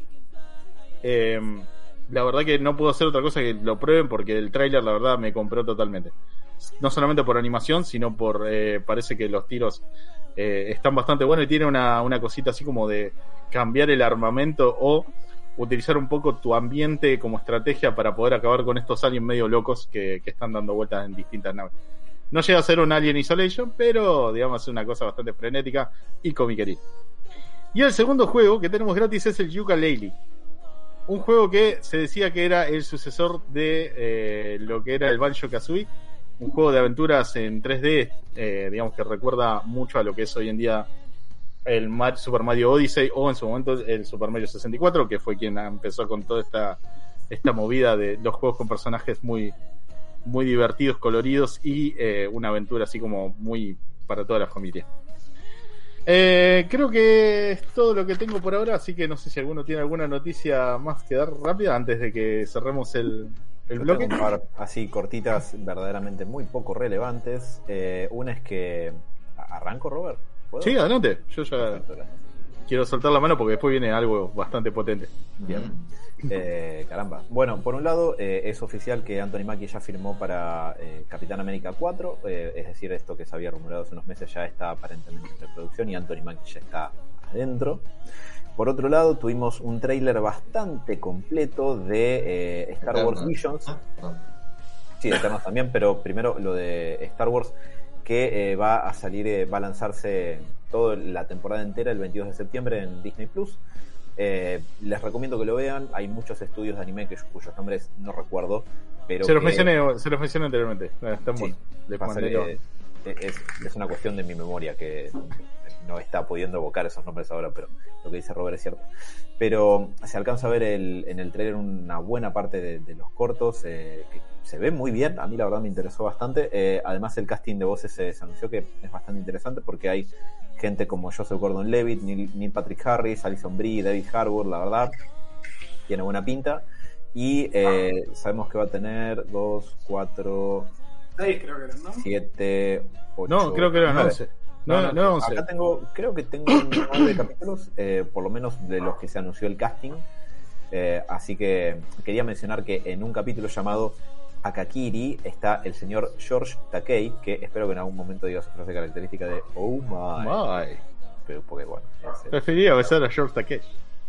La verdad que no puedo hacer otra cosa que lo prueben porque el tráiler la verdad me compró totalmente, no solamente por animación sino por parece que los tiros están bastante buenos y tiene una cosita así como de cambiar el armamento o utilizar un poco tu ambiente como estrategia para poder acabar con estos aliens medio locos que están dando vueltas en distintas naves. No llega a ser un Alien Isolation, pero digamos es una cosa bastante frenética y comiquerita. Y el segundo juego que tenemos gratis es el Yooka-Laylee, un juego que se decía que era el sucesor de lo que era el Banjo-Kazooie, un juego de aventuras en 3D, digamos que recuerda mucho a lo que es hoy en día el Super Mario Odyssey o en su momento el Super Mario 64, que fue quien empezó con toda esta movida de los juegos con personajes muy muy divertidos, coloridos y una aventura así como muy para toda la familia. Creo que es todo lo que tengo por ahora, así que no sé si alguno tiene alguna noticia más que dar rápida antes de que cerremos el Yo bloque. tengo un par así cortitas, verdaderamente muy poco relevantes. Una es que... ¿Arranco, Robert? ¿Puedo? Sí, adelante. Yo ya Perfecto, gracias. quiero soltar la mano porque después viene algo bastante potente. Bien. Caramba. Bueno, por un lado, es oficial que Anthony Mackie ya firmó para Capitán América 4. Es decir, esto que se había rumorado hace unos meses ya está aparentemente en preproducción y Anthony Mackie ya está adentro. Por otro lado, tuvimos un tráiler bastante completo de Star Wars Visions. Sí, de Eternos también, pero primero lo de Star Wars, que va a salir, va a lanzarse toda la temporada entera el 22 de septiembre en Disney Plus. Les recomiendo que lo vean. Hay muchos estudios de anime cuyos nombres no recuerdo, pero Se los mencioné anteriormente. Están sí, buenos. es una cuestión de mi memoria que no está pudiendo evocar esos nombres ahora, pero lo que dice Robert es cierto. Pero se alcanza a ver en el trailer una buena parte de los cortos, que se ve muy bien. A mí la verdad me interesó bastante. Además el casting de voces se anunció que es bastante interesante porque hay gente como Joseph Gordon-Levitt, Neil Patrick Harris, Alison Brie, David Harbour. La verdad tiene buena pinta. Y sabemos que va a tener 2, 4, 6 creo que eran, ¿no? 7, 8... No, creo que eran 9. 11. No, 11. Acá creo que tengo 9 capítulos, por lo menos de los que se anunció el casting. Así que quería mencionar que en un capítulo llamado Akakiri está el señor George Takei, que espero que en algún momento diga su frase característica de "Oh my". Pero porque bueno, Prefería besar a George Takei.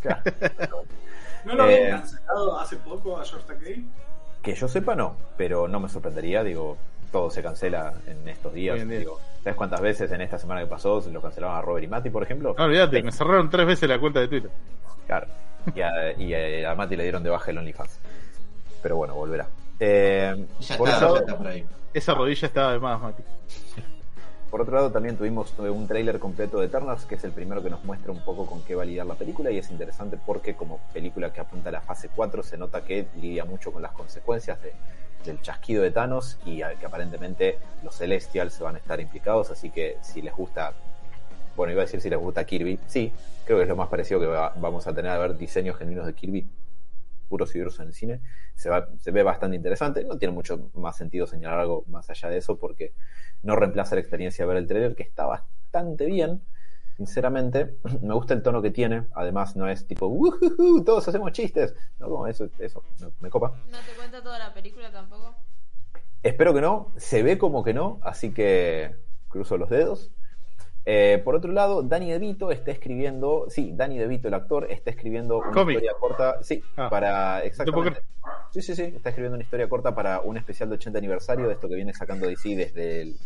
¿No lo habían cancelado hace poco a George Takei? Que yo sepa no, pero no me sorprendería, digo, todo se cancela en estos días. Digo, ¿sabes cuántas veces en esta semana que pasó se lo cancelaban a Robert y Mati, por ejemplo? No, olvídate, me cerraron 3 veces la cuenta de Twitter. Claro, y a Mati le dieron de baja el OnlyFans. Pero bueno, volverá. Ya Por está, eso- ya está por ahí. Esa rodilla estaba de más, Mati. Por otro lado, también tuvimos un tráiler completo de Eternals, que es el primero que nos muestra un poco con qué va a lidiar la película, y es interesante porque como película que apunta a la fase 4, se nota que lidia mucho con las consecuencias del chasquido de Thanos, y que aparentemente los Celestials se van a estar implicados, así que si les gusta, bueno, iba a decir si les gusta Kirby, sí, creo que es lo más parecido que vamos a tener a ver diseños genuinos de Kirby puros y duros en el cine. Se ve bastante interesante. No tiene mucho más sentido señalar algo más allá de eso porque no reemplaza la experiencia de ver el trailer, que está bastante bien, sinceramente. Me gusta el tono que tiene. Además no es tipo todos hacemos chistes, no, eso me copa. ¿No te cuenta toda la película tampoco? Espero que no, se ve como que no, así que cruzo los dedos. Por otro lado, Danny DeVito está escribiendo, Danny DeVito, el actor, está escribiendo una Cómic. historia corta, para, exactamente. ¿Te Sí, está escribiendo una historia corta para un especial de 80 aniversario de esto que viene sacando DC desde el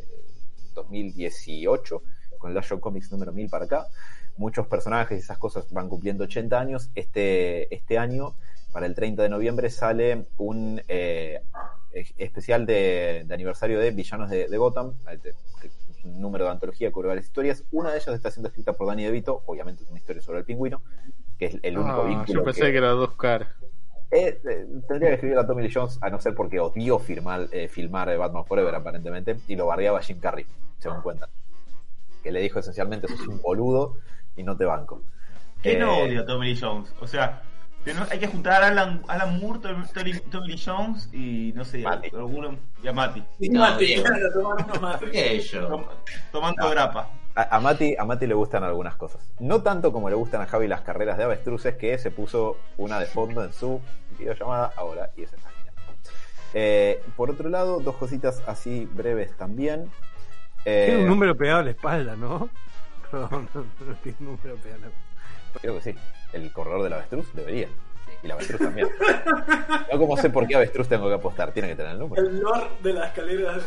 2018, con el Action Comics número 1000 para acá. Muchos personajes y esas cosas van cumpliendo 80 años. Este año, para el 30 de noviembre, sale un especial de aniversario de Villanos de Gotham, un número de antología que cubre varias historias. Una de ellas está siendo escrita por Danny DeVito, obviamente es una historia sobre el pingüino, que es el único vínculo. Yo pensé que era 2 caras. Tendría que escribir a Tommy Lee Jones, a no ser porque odió filmar Batman Forever aparentemente, y lo bardeaba Jim Carrey, según cuentan, que le dijo esencialmente sos un boludo y no te banco. ¿Quién no odia a Tommy Lee Jones? O sea, hay que juntar a Alan Moore, Tommy Lee Jones y no sé, Mati. Y a Mati. Y No, Mati, Diego. tomando unos Mati. ¿Por qué yo? Tomando grapa. A Mati le gustan algunas cosas. No tanto como le gustan a Javi las carreras de avestruces, que se puso una de fondo en su videollamada ahora, y eso está genial. Por otro lado, 2 cositas así breves también. Tiene un número pegado a la espalda, ¿no? No tiene un número pegado a la espalda. Creo que sí. El corredor del avestruz debería. Y la avestruz también. No como sé por qué avestruz tengo que apostar. Tiene que tener el número. El lord de la escalera.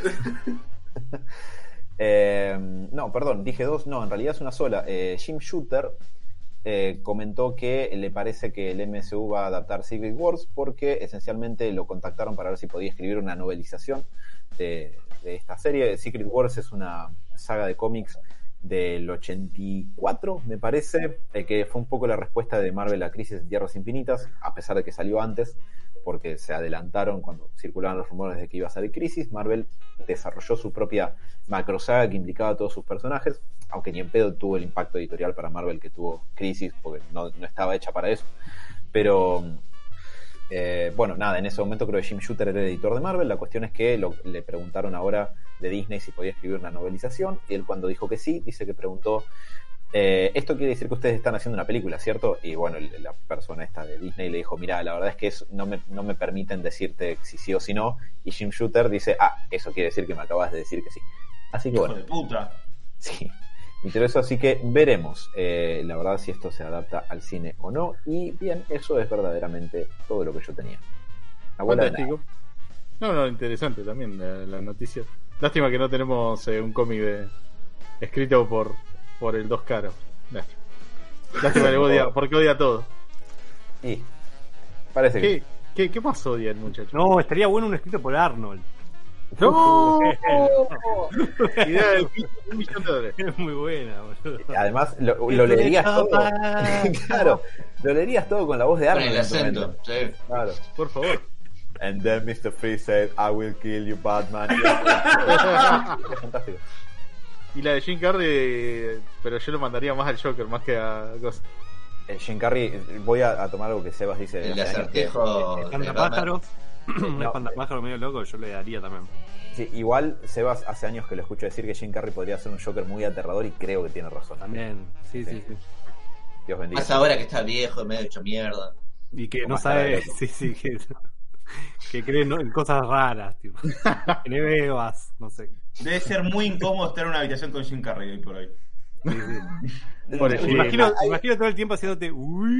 No, perdón, dije 2. No, en realidad es una sola. Jim Shooter comentó que le parece que el MCU va a adaptar Secret Wars porque esencialmente lo contactaron para ver si podía escribir una novelización de esta serie. Secret Wars es una saga de cómics del 84, me parece, que fue un poco la respuesta de Marvel a Crisis en Tierras Infinitas, a pesar de que salió antes, porque se adelantaron cuando circulaban los rumores de que iba a salir Crisis. Marvel desarrolló su propia macrosaga que implicaba a todos sus personajes, aunque ni en pedo tuvo el impacto editorial para Marvel que tuvo Crisis, porque no estaba hecha para eso. Pero bueno, nada, en ese momento creo que Jim Shooter era el editor de Marvel. La cuestión es que le preguntaron ahora de Disney si podía escribir una novelización, y él, cuando dijo que sí, dice que preguntó: esto quiere decir que ustedes están haciendo una película, ¿cierto? Y bueno, la persona esta de Disney le dijo: mira, la verdad es que no me permiten decirte si sí o si no. Y Jim Shooter dice: eso quiere decir que me acabas de decir que sí. Así que bueno, Hijo de puta. sí, interesó, así que veremos la verdad si esto se adapta al cine o no. Y bien, eso es verdaderamente todo lo que yo tenía. Abuela de nada. Fantástico. No, interesante también la noticia. Lástima que no tenemos un cómic escrito por el Dos Caros. Lástima que odia, porque odia todo. Y parece que ¿Qué más odia el muchacho? No, estaría bueno un escrito por Arnold. ¡No! Idea de $1.000.000. Es muy buena, boludo. además lo leerías todo. Claro, lo leerías todo con la voz de Con Arnold. el acento, sí. Claro. Por favor. And then Mr. Freeze said, I will kill you, Batman. Es fantástico. Y la de Jim Carrey, pero yo lo mandaría más al Joker, más que a cosas. Jim Carrey, voy a tomar algo que Sebas dice. El de hace años, que- acertijo de Batman. Espantapájaros. Un No. espantapájaro medio loco, yo le daría también. Sí, igual Sebas hace años que lo escucho decir que Jim Carrey podría ser un Joker muy aterrador, y creo que tiene razón. También, sí. Dios bendiga. Más ahora que está viejo y medio hecho mierda. Y que Como no hasta sabe, la loco. sí, que cree en cosas raras, tipo. En bebas, no sé. Debe ser muy incómodo estar en una habitación con Jim Carrey hoy por hoy. Sí, sí. Por Me el imagino todo el tiempo haciéndote.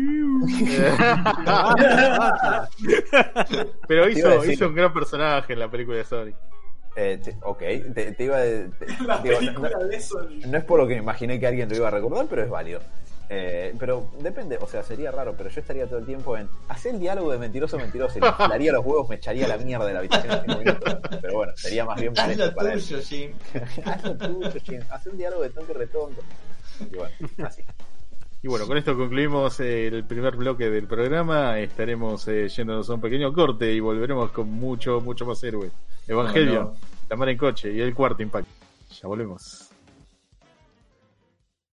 Pero Te iba a decir- hizo un gran personaje en la película de Sonic. Ok, te iba a... La digo, película de Sonic. no es por lo que me imaginé que alguien lo iba a recordar, pero es válido. Pero depende, o sea, sería raro, pero yo estaría todo el tiempo en hacer el diálogo de mentiroso, y le inflaría los huevos, me echaría la mierda de la habitación en 5 minutos. Pero bueno, sería más bien Haz molesto lo para él. tuyo, Jim. Haz lo tuyo, Jim. Haz un diálogo de tonto y retonto. Y bueno, así. Y bueno, con esto concluimos el primer bloque del programa. Estaremos yéndonos a un pequeño corte y volveremos con mucho más héroes. Evangelion, No. La Mar en Coche y el Cuarto Impacto. Ya volvemos.